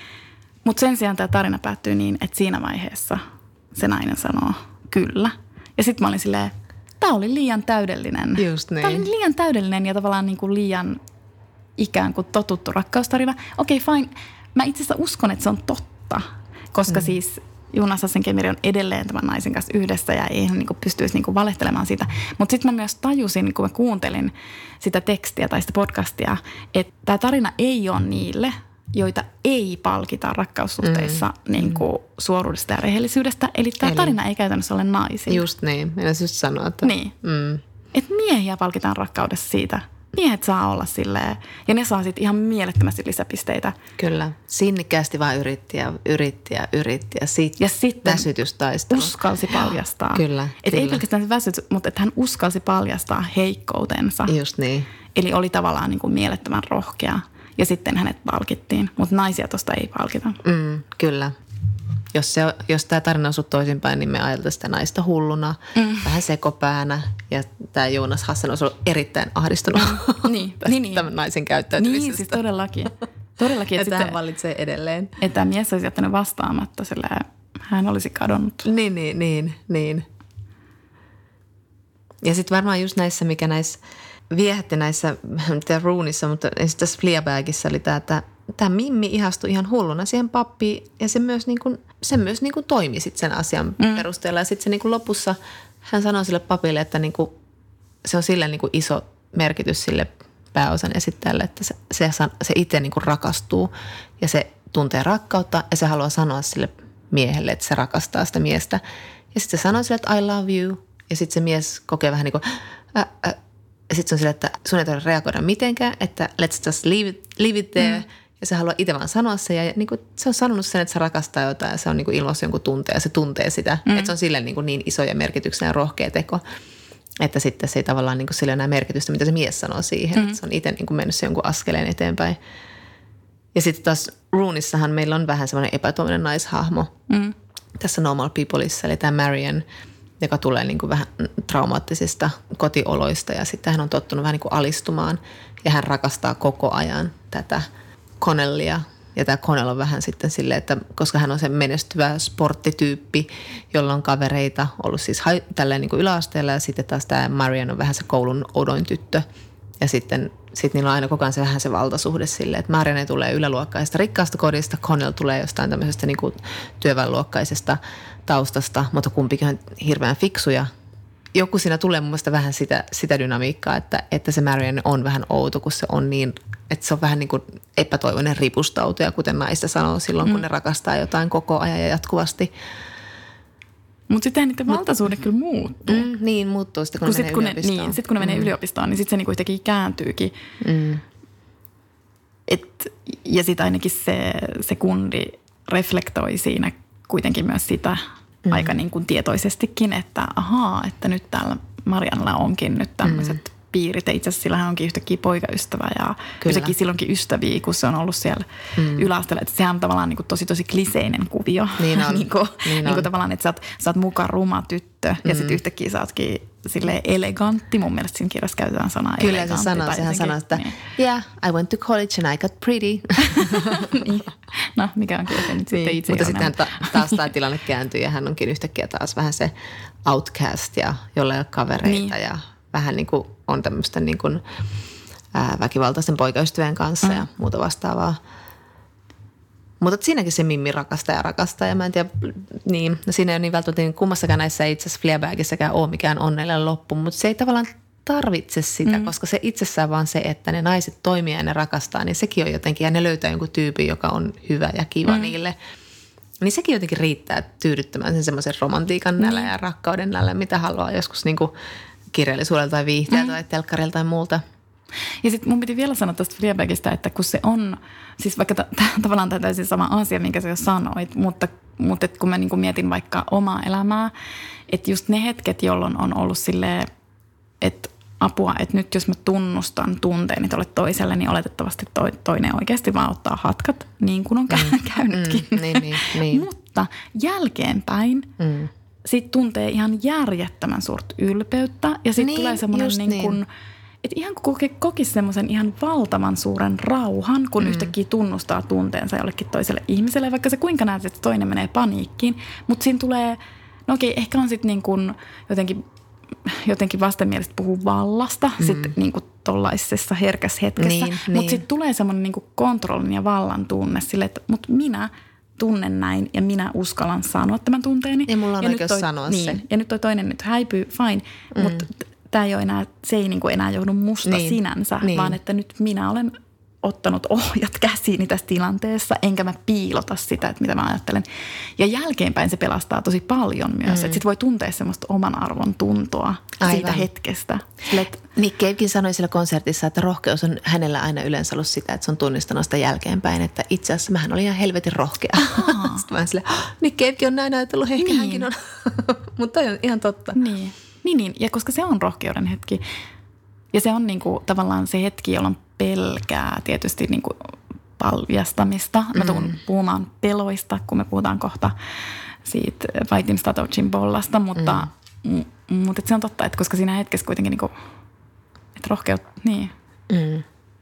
Mutta sen sijaan tämä tarina päättyy niin, että siinä vaiheessa se nainen sanoo kyllä. Ja sitten mä olin silleen, tämä oli liian täydellinen.
Just niin.
Tämä oli liian täydellinen ja tavallaan niin kuin liian ikään kuin totuttu rakkaustarina. Okei, okay, fine. Mä itse asiassa uskon, että se on totta, koska mm. siis Jonas Asenkemeri on edelleen tämän naisen kanssa yhdessä ja ei hän niin kuin pystyisi niin kuin valehtelemaan sitä. Mutta sitten mä myös tajusin, kun mä kuuntelin sitä tekstiä tai sitä podcastia, että tämä tarina ei ole niille, joita ei palkita rakkaussuhteissa mm. niin kuin suoruudesta ja rehellisyydestä. Eli tämä Eli. tarina ei käytännössä ole naisia.
Just niin. Minä just sanoa, että...
Niin. Mm. Että miehiä palkitaan rakkaudessa siitä. Miehet saa olla silleen. Ja ne saa sitten ihan mielettömästi lisäpisteitä.
Kyllä. Sinnikkäästi vaan yritti ja yritti ja yritti. Ja, sit
ja sitten
väsytystaistelu.
Uskalsi paljastaa.
Kyllä.
Että ei pelkästään väsytys, mutta että hän uskalsi paljastaa heikkoutensa.
Just niin.
Eli oli tavallaan niin kuin mielettömän rohkea. Ja sitten hänet palkittiin, mutta naisia tuosta ei palkita.
Mm, kyllä. Jos, se, jos tämä tarina osuu toisinpäin, niin me ajatellaan sitä naista hulluna, mm. vähän sekopäänä. Ja tämä Jonas Hassan olisi ollut erittäin ahdistunut
niin,
tästä
niin, niin.
tämän naisen käyttäytymisestä.
Niin, siis todellakin. todellakin
että hän valitsee edelleen.
Että tämä mies olisi jättänyt vastaamatta, sillä hän olisi kadonnut.
Niin, niin, niin, niin. Ja sitten varmaan just näissä, mikä näissä... viehätti näissä, mitä ruunissa, mutta tässä Fleabagissa oli tämä, että tämä Mimmi ihastui ihan hulluna siihen pappiin ja se myös, niin kuin, se myös niin kuin toimi sit sen asian mm. perusteella. Ja sitten se niin kuin lopussa hän sanoi sille papille, että niin kuin, se on sille niin kuin iso merkitys sille pääosan esittäjälle, että se, se, se itse niin kuin rakastuu ja se tuntee rakkautta ja se haluaa sanoa sille miehelle, että se rakastaa sitä miestä. Ja sitten se sanoi sille, että I love you ja sitten se mies kokee vähän niin kuin äh, äh, ja sitten se on sille, että sun ei tarvitse reagoida mitenkään, että let's just leave it, leave it there. Mm. Ja se haluaa itse vaan sanoa se. Ja niin kuin, se on sanonut sen, että se rakastaa jotain ja se on niin kuin ilmaissut jonkun tunteen ja se tuntee sitä. Mm. Että se on sille niin, kuin niin iso ja merkityksellinen ja rohkea teko, että sitten se ei tavallaan niin kuin sille enää merkitystä, mitä se mies sanoo siihen. Mm. Että se on itse niin kuin mennyt se jonkun askeleen eteenpäin. Ja sitten taas Runessahan meillä on vähän semmoinen epätoiminen naishahmo mm. tässä Normal Peopleissa, eli tämä Marian, joka tulee niin kuin vähän traumaattisista kotioloista ja sitten hän on tottunut vähän niin kuin alistumaan ja hän rakastaa koko ajan tätä Connellia. Ja tämä Connell on vähän sitten silleen, että koska hän on se menestyvä sporttityyppi, jolla on kavereita ollut siis tälleen niin kuin yläasteella ja sitten taas tämä Marian on vähän se koulun odoin tyttö. Ja sitten sit niillä on aina koko ajan se vähän se valtasuhde silleen, että Marianne tulee yläluokkaisesta rikkaasta kodista, Connell tulee jostain tämmöisestä niin kuin työväenluokkaisesta taustasta, mutta kumpikin on hirveän fiksuja. Joku siinä tulee mun mielestä vähän sitä, sitä dynamiikkaa, että, että se Marianne on vähän outo, kun se on niin, että se on vähän niin kuin epätoivoinen ripustautuja, kuten naista sanoo silloin, kun mm. ne rakastaa jotain koko ajan ja jatkuvasti.
Mutta sitten niiden valtasuhde kyllä muuttuu.
Mm, niin, muuttuu sitten, kun, kun ne menee
kun
yliopistoon.
Ne, niin, sitten kun ne menee mm. yliopistoon, niin sitten se niinku yhtäkkiä kääntyykin. Mm. Et, ja sitten ainakin se, se kundi reflektoi siinä kuitenkin myös sitä mm. aika niin kuin tietoisestikin, että ahaa, että nyt täällä Marianella onkin nyt tämmöiset mm. piirit. Ja itse asiassa sillä hän onkin yhtäkkiä poikaystävä ja yhtäkkiä silloinkin ystäviä, kun se on ollut siellä mm. yläasteella. Että sehän on tavallaan niin kuin tosi tosi kliseinen kuvio. Niin on. niin kuin, niin niin kuin tavallaan, että sä oot, sä oot mukaan ruma tyttö mm. ja sitten yhtäkkiä sä ootkin silleen elegantti. Mun mielestä siinä kirjassa käytetään sanaa
Kyllä
elegantti.
Kyllä se sanoo, sehän sanoo, että niin. yeah, I went to college and I got pretty.
niin. No, mikä onkin se nyt sitten itse.
Mutta sitten ta- taas tämä tilanne kääntyy ja hän onkin yhtäkkiä taas vähän se outcast ja jolla ei ole kavereita niin. ja vähän niin kuin on tämmöistä niin kuin, ää, väkivaltaisten poikaystävien kanssa mm. ja muuta vastaavaa. Mutta siinäkin se Mimmi rakastaa ja rakastaa ja mä en tiedä, niin, no siinä ei ole niin välttämättä niin kummassakaan näissä itse asiassa Fleabagissäkään ole mikään onnellinen loppu, mutta se ei tavallaan tarvitse sitä, mm. koska se itsessään vaan se, että ne naiset toimii ja ne rakastaa, niin sekin on jotenkin, ja ne löytää jonkun tyypin, joka on hyvä ja kiva mm. niille. Niin sekin jotenkin riittää tyydyttämään sen semmoisen romantiikan nälä mm. ja rakkauden nälä, mitä haluaa joskus niin kuin kirjallisuudelta tai viihteeltä mm. tai telkkarilta tai muulta.
Ja sitten mun piti vielä sanoa tästä Fleabagista, että kun se on, siis vaikka t- t- tavallaan tämä täysin sama asia, minkä sä jo sanoit, mutta, mutta et kun mä niinku mietin vaikka omaa elämää, että just ne hetket, jolloin on ollut silleen, että apua, että nyt jos mä tunnustan tunteeni tuolle toiselle, niin oletettavasti toi, toinen oikeasti vaan ottaa hatkat, niin kuin on mm. käynytkin. Mm, niin, niin, niin. Mutta jälkeenpäin mm. sit tuntee ihan järjettömän suurta ylpeyttä ja sitten niin, tulee semmoinen niin kuin, niin. että ihan kun kokisi semmoisen ihan valtavan suuren rauhan, kun mm. yhtäkkiä tunnustaa tunteensa jollekin toiselle ihmiselle, vaikka se kuinka näet, että toinen menee paniikkiin, mutta siinä tulee, no okei, ehkä on sitten niin kuin jotenkin, jotenkin vastenmielistä puhua vallasta mm. sitten niin kuin tollaisessa herkässä hetkessä, niin, mutta niin. sitten tulee semmoinen niin kuin kontrollin ja vallan tunne sille, että mutta minä tunnen näin ja minä uskallan sanoa tämän tunteeni.
Ja mulla on
ja
oikeus toi, sanoa
niin,
se.
Ja nyt toi toinen nyt häipyy, fine, mm. mutta tämä ei ole enää, se ei niin kuin enää joudu musta niin. sinänsä, niin. vaan että nyt minä olen ottanut ohjat käsiini tässä tilanteessa, enkä mä piilota sitä, että mitä mä ajattelen. Ja jälkeenpäin se pelastaa tosi paljon myös, mm. että sit voi tuntea semmoista oman arvon tuntoa Aivan. siitä hetkestä. Sille,
Nick Cavekin sanoi siellä konsertissa, että rohkeus on hänellä aina yleensä ollut sitä, että se on tunnistanut sitä jälkeenpäin, että itse asiassa mähän olin ihan helvetin rohkea. Sitten mä silleen, Nick Cavekin on näin ajatellut, ehkä niin. hänkin on. Mutta toi on ihan totta.
Niin. Niin, niin, ja koska se on rohkeuden hetki. Ja se on niinku tavallaan se hetki, jolloin pelkää tietysti niinku paljastamista. Mä tuun mm. puhumaan peloista, kun me puhutaan kohta siitä Vaitin Statocin bollasta, mutta, mm. m- mutta se on totta, että koska siinä hetkessä kuitenkin niinku, että rohkeut, niin. Mm.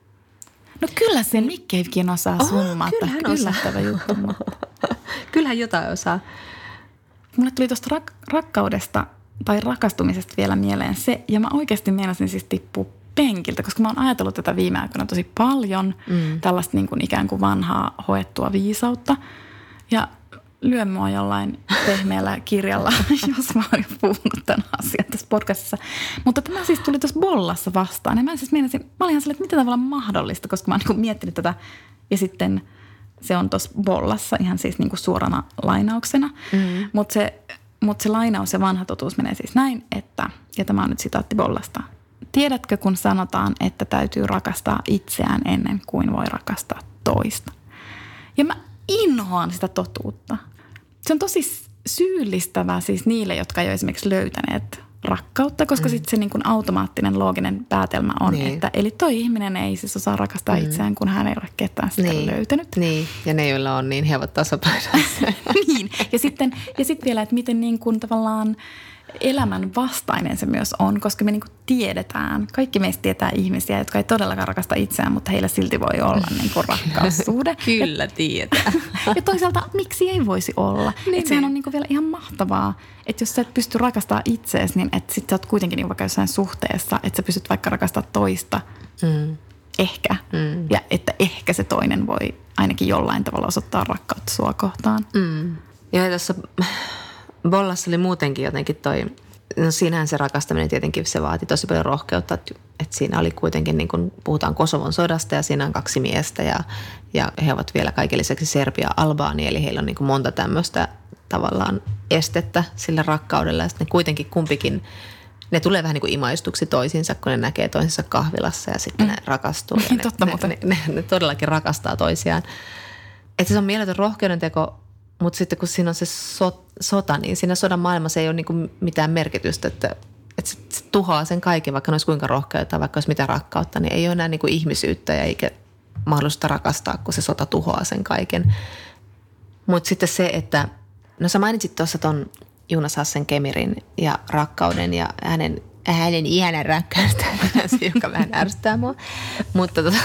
No kyllä se Nick Cavekin osaa oh, summata. Yllättävä juttu.
Kyllähän jotain osaa.
Mulle tuli tuosta rak- rakkaudesta tai rakastumisesta vielä mieleen se, ja mä oikeasti meinasin siis tippua penkiltä, koska mä oon ajatellut tätä viime aikoina tosi paljon, mm. tällaista niin kuin ikään kuin vanhaa hoettua viisautta, ja lyö mua jollain pehmeällä kirjalla, jos mä oon jo puhunut tämän asian tässä podcastissa. Mutta tämä siis tuli tuossa bollassa vastaan, ja mä siis meinasin, mä olin ihan silleen, että mitä tavallaan mahdollista, koska mä oon niin kuin miettinyt tätä, ja sitten se on tuossa bollassa ihan siis niin kuin suorana lainauksena, mm. mutta se Mutta se lainaus ja vanha totuus menee siis näin, että, ja tämä on nyt sitaatti bollasta. Tiedätkö, kun sanotaan, että täytyy rakastaa itseään ennen kuin voi rakastaa toista? Ja mä inhoan sitä totuutta. Se on tosi syyllistävää siis niille, jotka ei ole esimerkiksi löytäneet rakkautta, koska mm. sitten se niin kuin automaattinen looginen päätelmä on, niin. että eli toi ihminen ei siis osaa rakastaa mm. itseään, kun hän ei ole ketään sitä
niin.
löytänyt.
Niin, ja ne, joilla on niin, he ovat tasapainossa.
niin, ja sitten ja sit vielä, että miten niin kuin tavallaan elämän vastainen se myös on, koska me niin kuin tiedetään, kaikki meistä tietää ihmisiä, jotka ei todellakaan rakasta itseään, mutta heillä silti voi olla niin kuin rakkaussuhde.
Kyllä tietää.
Ja toisaalta miksi ei voisi olla? Niin, että sehän on niin kuin vielä ihan mahtavaa, että jos sä et pysty rakastamaan itseäsi, niin että sit sä oot kuitenkin niin vaikka jossain suhteessa, että sä pystyt vaikka rakastamaan toista. Mm. Ehkä. Mm. Ja että ehkä se toinen voi ainakin jollain tavalla osoittaa rakkautta sua kohtaan.
Mm. Ja tässä Bollassa oli muutenkin jotenkin toi, no siinähän se rakastaminen tietenkin se vaati tosi paljon rohkeutta, että, että siinä oli kuitenkin niin kuin puhutaan Kosovon sodasta ja siinä on kaksi miestä ja, ja he ovat vielä kaiken lisäksi Serbia ja Albania, eli heillä on niin kuin monta tämmöistä tavallaan estettä sillä rakkaudella ja sitten kuitenkin kumpikin, ne tulee vähän niin kuin imaistuksi toisiinsa, kun ne näkee toisensa kahvilassa ja sitten mm. ne rakastuu ja ne,
Totta,
ne, ne, ne, ne todellakin rakastaa toisiaan. Että se on mieletön rohkeuden teko. Mutta sitten kun siinä on se so, sota, niin siinä sodan maailmassa ei ole niinku mitään merkitystä, että, että se, se tuhoaa sen kaiken, vaikka ne olisi kuinka rohkeutta, vaikka olisi mitä rakkautta, niin ei ole enää niinku ihmisyyttä ja eikä mahdollista rakastaa, kun se sota tuhoaa sen kaiken. Mutta sitten se, että, no sä mainitsit tuossa ton Jonas Hassan Kemirin ja rakkauden ja hänen, hänen ihanan rakkaudesta, joka vähän ärsyttää mua. Mutta tota,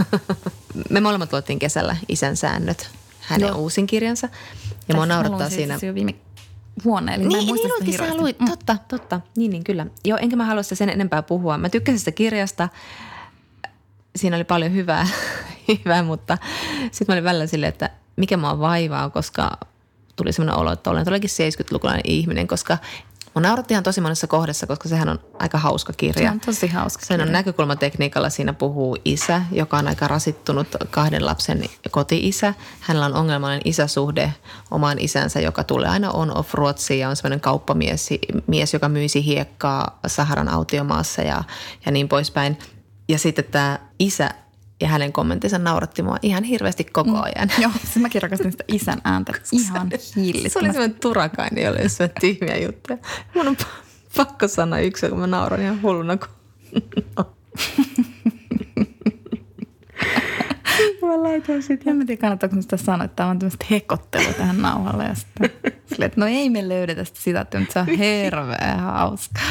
me molemmat luettiin kesällä Isän säännöt. Hänen Joo. uusin kirjansa. Ja mua naurattaa siinä.
Siis jo viime vuonna, eli niin, mä en muista
niin, sitä hirveästi. Mm. Totta, totta. Niin, niin, kyllä. Joo, enkä mä halua sitä sen enempää puhua. Mä tykkäsin sitä kirjasta. Siinä oli paljon hyvää, hyvää mutta sitten mä olin välillä silleen, että mikä mua vaivaa, koska tuli semmoinen olo, että olen todellakin seitsemänkymmentälukulainen ihminen, koska mun nauratti ihan tosi monessa kohdassa, koska sehän on aika hauska kirja.
Se on tosi hauska
Sen on näkökulmatekniikalla. Siinä puhuu isä, joka on aika rasittunut kahden lapsen koti-isä. Hänellä on ongelmallinen isäsuhde omaan isänsä, joka tulee aina on-off Ruotsiin ja on semmoinen kauppamies, mies, joka myisi hiekkaa Saharan autiomaassa ja, ja niin poispäin. Ja sitten tämä isä ja hänen kommenttinsa nauratti mua ihan hirveästi koko ajan.
Mm, joo, se mäkin rakastin sitä isän ääntä ihan hillittömästi.
Se oli semmoinen turakainen, jolla oli semmoinen tyhmiä juttuja. Mun on pakko sanoa yksi, kun mä nauran ihan hulluna. Kun...
Mä laitoin sitä. En tiedä, kannattaako sitä sanoa, että tämä on tämmöistä hekottelua tähän nauhalle. Ja sitten silleen, että no ei me löydetä sitä sitaattia, mutta se on hirveän hauska.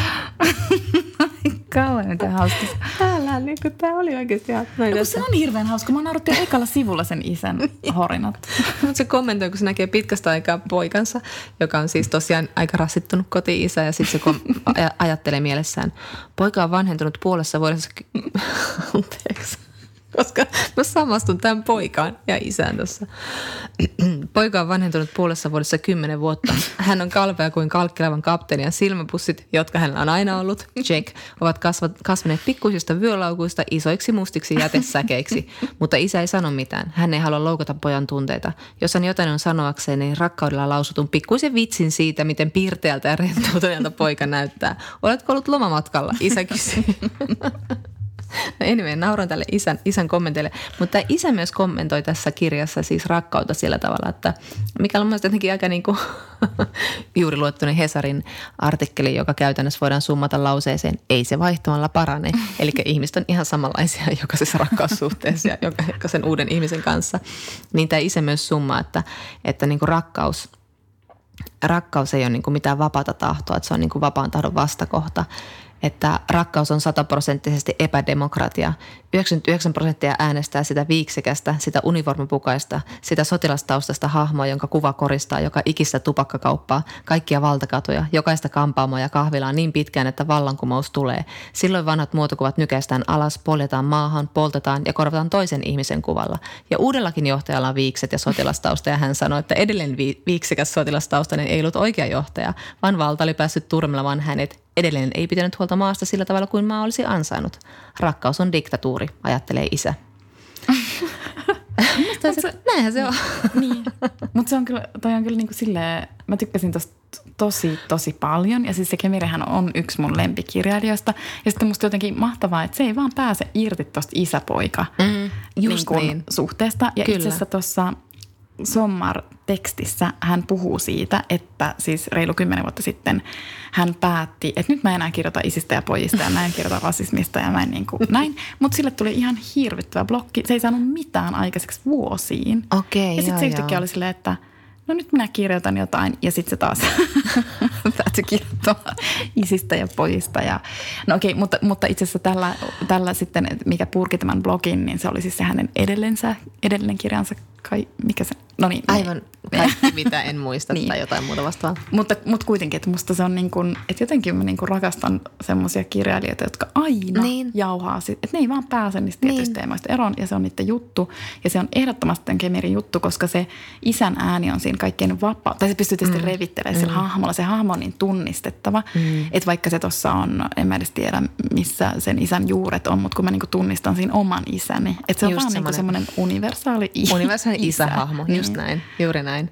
Kauan mitä hauska.
Täällä niin kuin tämä oli oikeasti ihan.
No, se on hirveän hauska. Mä naurattiin ekalla sivulla sen isän horinat.
Mutta se kommentoi, kun se näkee pitkästä aikaa poikansa, joka on siis tosiaan aika rasittunut koti-isä. Ja sitten se kom- aj- ajattelee mielessään, poika on vanhentunut puolessa vuodessa. Anteeksi. Koska mä samastun tämän poikaan ja isään tuossa. Poika on vanhentunut puolessa vuodessa kymmenen vuotta. Hän on kalpea kuin kalkkilavan kapteeni ja silmäpussit, jotka hänellä on aina ollut, check, ovat kasvat, kasvaneet pikkuisista vyölaukuista isoiksi mustiksi jätesäkeiksi. Mutta isä ei sano mitään. Hän ei halua loukata pojan tunteita. Jos hän jotain on sanoakseen, niin rakkaudella lausutun pikkuisen vitsin siitä, miten piirteältä ja rentoutuneelta poika näyttää. Oletko ollut lomamatkalla? Isä kysyy. No anyway, nauran tälle isän, isän kommenteille, mutta isä myös kommentoi tässä kirjassa siis rakkautta sillä tavalla, että mikä on mielestäni jotenkin aika niin kuin juuri luettuinen Hesarin artikkeli, joka käytännössä voidaan summata lauseeseen, ei se vaihtamalla parane. Eli ihmiset on ihan samanlaisia jokaisessa rakkaussuhteessa ja jokaisen uuden ihmisen kanssa. Niin tämä isä myös summaa, että, että niin kuin rakkaus, rakkaus ei ole niin kuin mitään vapaata tahtoa, että se on niin kuin vapaan tahdon vastakohta. Että rakkaus on sataprosenttisesti epädemokratia. yhdeksänkymmentäyhdeksän prosenttia äänestää sitä viiksekästä, sitä univormupukaista, sitä sotilastaustasta hahmoa, jonka kuva koristaa joka ikistä tupakkakauppaa, kaikkia valtakatuja, jokaista kampaamoa ja kahvilaa niin pitkään, että vallankumous tulee. Silloin vanhat muotokuvat nykäistään alas, poljetaan maahan, poltetaan ja korvataan toisen ihmisen kuvalla. Ja uudellakin johtajalla on viikset ja sotilastausta ja hän sanoi, että edelleen viiksekäs sotilastaustainen ei ollut oikea johtaja, vaan valta oli päässyt turmelemaan hänet. Edelleen ei pitänyt huolta maasta sillä tavalla kuin maa olisi ansainnut. Rakkaus on diktatuuri, ajattelee isä.
se,
näinhän se on.
Niin, mutta se on kyllä, toi on kyllä niin kuin silleen, mä tykkäsin tosta tosi, tosi paljon. Ja siis se Kemirihän on yksi mun lempikirjailijoista. Ja sitten musta jotenkin mahtavaa, että se ei vaan pääse irti tosta isäpoika
mm, just
niin kuin
niin.
suhteesta. Ja
kyllä.
itse asiassa tuossa Sommar-tekstissä hän puhuu siitä, että siis reilu kymmenen vuotta sitten hän päätti, että nyt mä enää kirjoita isistä ja pojista ja mä en kirjoita rasismista ja mä en niin kuin näin. Mutta sille tuli ihan hirvittävä blokki. Se ei saanut mitään aikaiseksi vuosiin.
Okei,
ja sitten se yhtäkkiä oli silleen, että no nyt minä kirjoitan jotain ja sitten se taas päätyi kirjoittamaan isistä ja pojista. Ja, no okei, mutta, mutta itse asiassa tällä, tällä sitten, mikä purki tämän blogin, niin se oli siis se hänen edellensä, edellinen kirjansa, kai, mikä se, no niin.
Aivan kaikki, mitä en muista niin. Tai jotain muuta vastaan.
Mutta, mutta kuitenkin, että musta se on niin kuin, että jotenkin mä niin kuin rakastan semmoisia kirjailijoita, jotka aina niin. jauhaa, että ne ei vaan pääse niistä tietyistä niin. teemoista eroon ja se on niiden juttu. Ja se on ehdottomasti tämän Kemerin juttu, koska se isän ääni on siinä kaikkein vapaa. Tai se pystyy tietysti mm. revittelemään mm. sillä hahmolla. Se hahmo on niin tunnistettava, mm. että vaikka se tuossa on, en mä edes tiedä, missä sen isän juuret on, mutta kun mä niin kuin tunnistan siinä oman isäni. Että se on just vaan semmoinen, semmoinen universaali isä.
Universaali isähahmo, niin. just näin, juuri näin.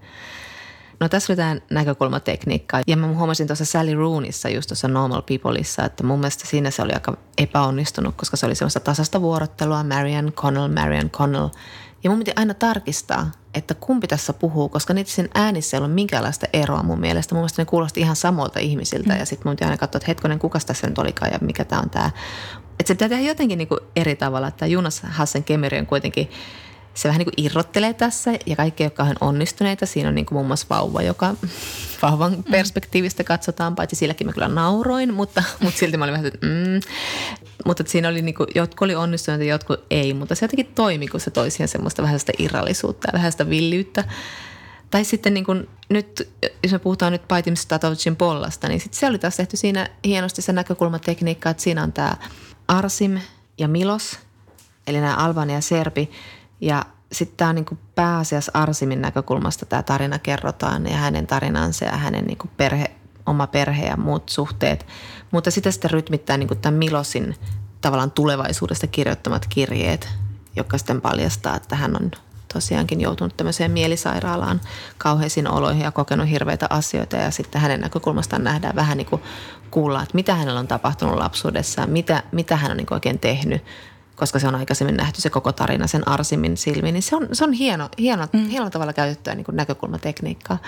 No tässä oli tämä näkökulmatekniikka ja mä huomasin tuossa Sally Rooneyssa just tuossa Normal Peopleissa, että mun mielestä siinä se oli aika epäonnistunut, koska se oli semmoista tasasta vuorottelua, Marianne Connell, Marianne Connell. Ja mun piti aina tarkistaa, että kumpi tässä puhuu, koska niitä sen äänissä ei ollut minkäänlaista eroa mun mielestä. Mun mielestä ne kuulosti ihan samoilta ihmisiltä mm. ja sitten mun piti aina katsoa, että hetkonen, kukas tässä nyt olikaan ja mikä tämä on tämä. Että se pitää tehdä jotenkin niinku eri tavalla, että Jonas Hassen Kemeri on kuitenkin se vähän niin kuin irrottelee tässä ja kaikki, jotka on onnistuneita. Siinä on niin kuin muun muassa vauva, joka vauvan perspektiivistä katsotaan, paitsi silläkin mä kyllä nauroin, mutta, mutta silti mä olin vähän, että mm. Mutta että siinä oli niin kuin, jotkut oli onnistuneita ja jotkut ei, mutta se jotenkin toimi, kun se toi siihen semmoista vähän sitä irrallisuutta ja vähän sitä villyyttä. Tai sitten niin kuin nyt, jos me puhutaan nyt Paitim Statovicin Pollasta, niin sitten se oli taas tehty siinä hienosti se näkökulmatekniikka, että siinä on tämä Arsim ja Milos, eli nämä Albania ja Serbi. Ja sitten tämä on niinku pääasiassa Arsimin näkökulmasta tämä tarina kerrotaan ja hänen tarinansa ja hänen niinku perhe, oma perhe ja muut suhteet. Mutta sitä sitten rytmittää niinku tämän Milosin tavallaan tulevaisuudesta kirjoittamat kirjeet, jotka sitten paljastaa, että hän on tosiaankin joutunut tämmöiseen mielisairaalaan kauheisiin oloihin ja kokenut hirveitä asioita. Ja sitten hänen näkökulmastaan nähdään vähän niin kuin kuulla, että mitä hänellä on tapahtunut lapsuudessa, mitä, mitä hän on niin kuin oikein tehnyt. Koska se on aikaisemmin nähty se koko tarina sen Arsimin silmiin, niin se on, se on hieno, hieno, mm. hienolla tavalla käytettyä niin kuin näkökulmatekniikkaa.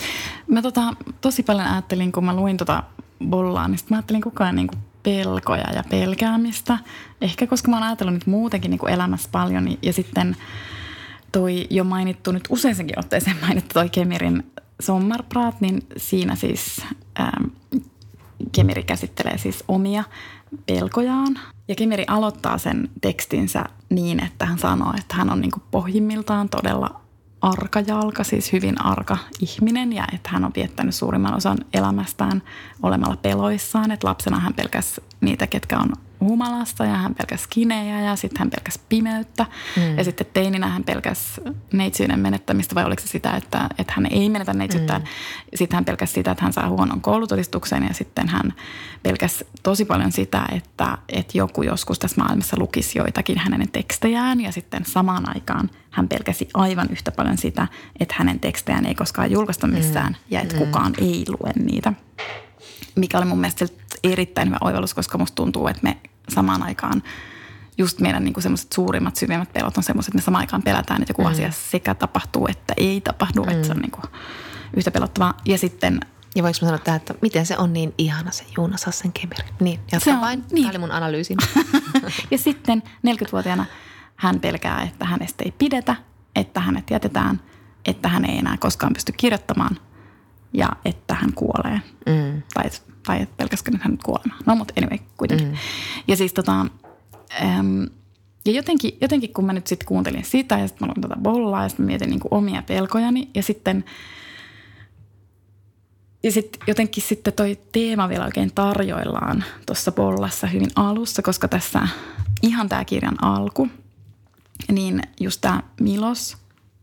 Mä tota, tosi paljon ajattelin, kun mä luin tota Bollaa, niin mä ajattelin koko ajan niin kuin pelkoja ja pelkäämistä. Ehkä koska mä oon ajatellut nyt muutenkin niin kuin elämässä paljon, niin, ja sitten toi jo mainittu nyt useisenkin otteeseen mainittu toi Kemerin Sommarprat, niin siinä siis ähm, Kemeri käsittelee siis omia pelkojaan. Ja Kemeri aloittaa sen tekstinsä niin, että hän sanoo, että hän on niin kuin pohjimmiltaan todella arkajalka, siis hyvin arka ihminen ja että hän on viettänyt suurimman osan elämästään olemalla peloissaan. Että lapsena hän pelkäsi niitä, ketkä on humalassa ja hän pelkäsi kinejä ja sitten hän pelkäsi pimeyttä. Mm. Ja sitten teininä hän pelkäsi neitsyyden menettämistä vai oliko se sitä, että, että hän ei menetä neitsyyttään. Mm. Sitten hän pelkäsi sitä, että hän saa huonon koulutodistuksen ja sitten hän pelkäsi tosi paljon sitä, että, että joku joskus tässä maailmassa lukisi joitakin hänen tekstejään ja sitten samaan aikaan hän pelkäsi aivan yhtä paljon sitä, että hänen tekstejään ei koskaan julkaista missään mm. ja että kukaan mm. ei lue niitä. Mikä oli mun mielestä erittäin hyvä oivallus, koska musta tuntuu, että me samaan aikaan just meidän niinku semmoiset suurimmat, syvimmät pelot on semmoiset, että me samaan aikaan pelätään, että joku mm. asia sekä tapahtuu, että ei tapahdu, mm. että se on niinku yhtä pelottavaa. Ja sitten...
Ja voinko mä sanoa tähän, että miten se on niin ihana se Jonas Hassen Kemeri? Niin, jatka vain. Niin. Tämä oli mun analyysi.
Ja sitten neljäkymmentävuotiaana hän pelkää, että hänestä ei pidetä, että hänet jätetään, että hän ei enää koskaan pysty kirjoittamaan ja että hän kuolee. Mm. Tai, tai että pelkäskö nyt hän kuolemaan. No mutta anyway, kuitenkin. Mm. Ja siis tota, äm, ja jotenkin, jotenkin kun mä nyt sitten kuuntelin sitä ja sitten mä luin tätä Bollaa ja sitten mietin niinku omia pelkojani ja sitten ja sitten jotenkin sitten toi teema vielä oikein tarjoillaan tuossa Bollassa hyvin alussa, koska tässä ihan tämä kirjan alku, niin just tämä Milos,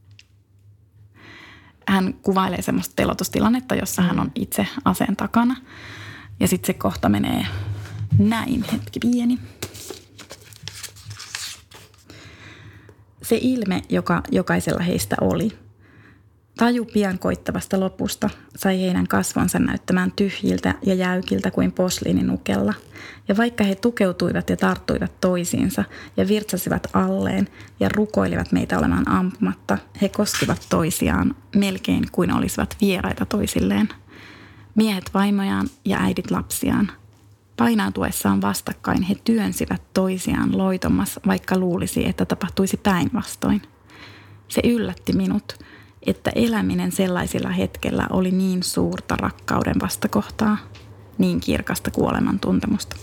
hän kuvailee semmoista telotustilannetta, jossa mm. hän on itse aseen takana. Ja sitten se kohta menee näin, hetki pieni. Se ilme, joka jokaisella heistä oli, Taju pian koittavasta lopusta sai heidän kasvonsa näyttämään tyhjiltä ja jäykiltä kuin posliininukella. Ja vaikka he tukeutuivat ja tarttuivat toisiinsa ja virtsasivat alleen ja rukoilivat meitä olemaan ampumatta, he koskivat toisiaan melkein kuin olisivat vieraita toisilleen. Miehet vaimojaan ja äidit lapsiaan. Painautuessaan vastakkain he työnsivät toisiaan loitommas, vaikka luulisi, että tapahtuisi päinvastoin. Se yllätti minut, että eläminen sellaisilla hetkellä oli niin suurta rakkauden vastakohtaa, niin kirkasta kuoleman tuntemusta.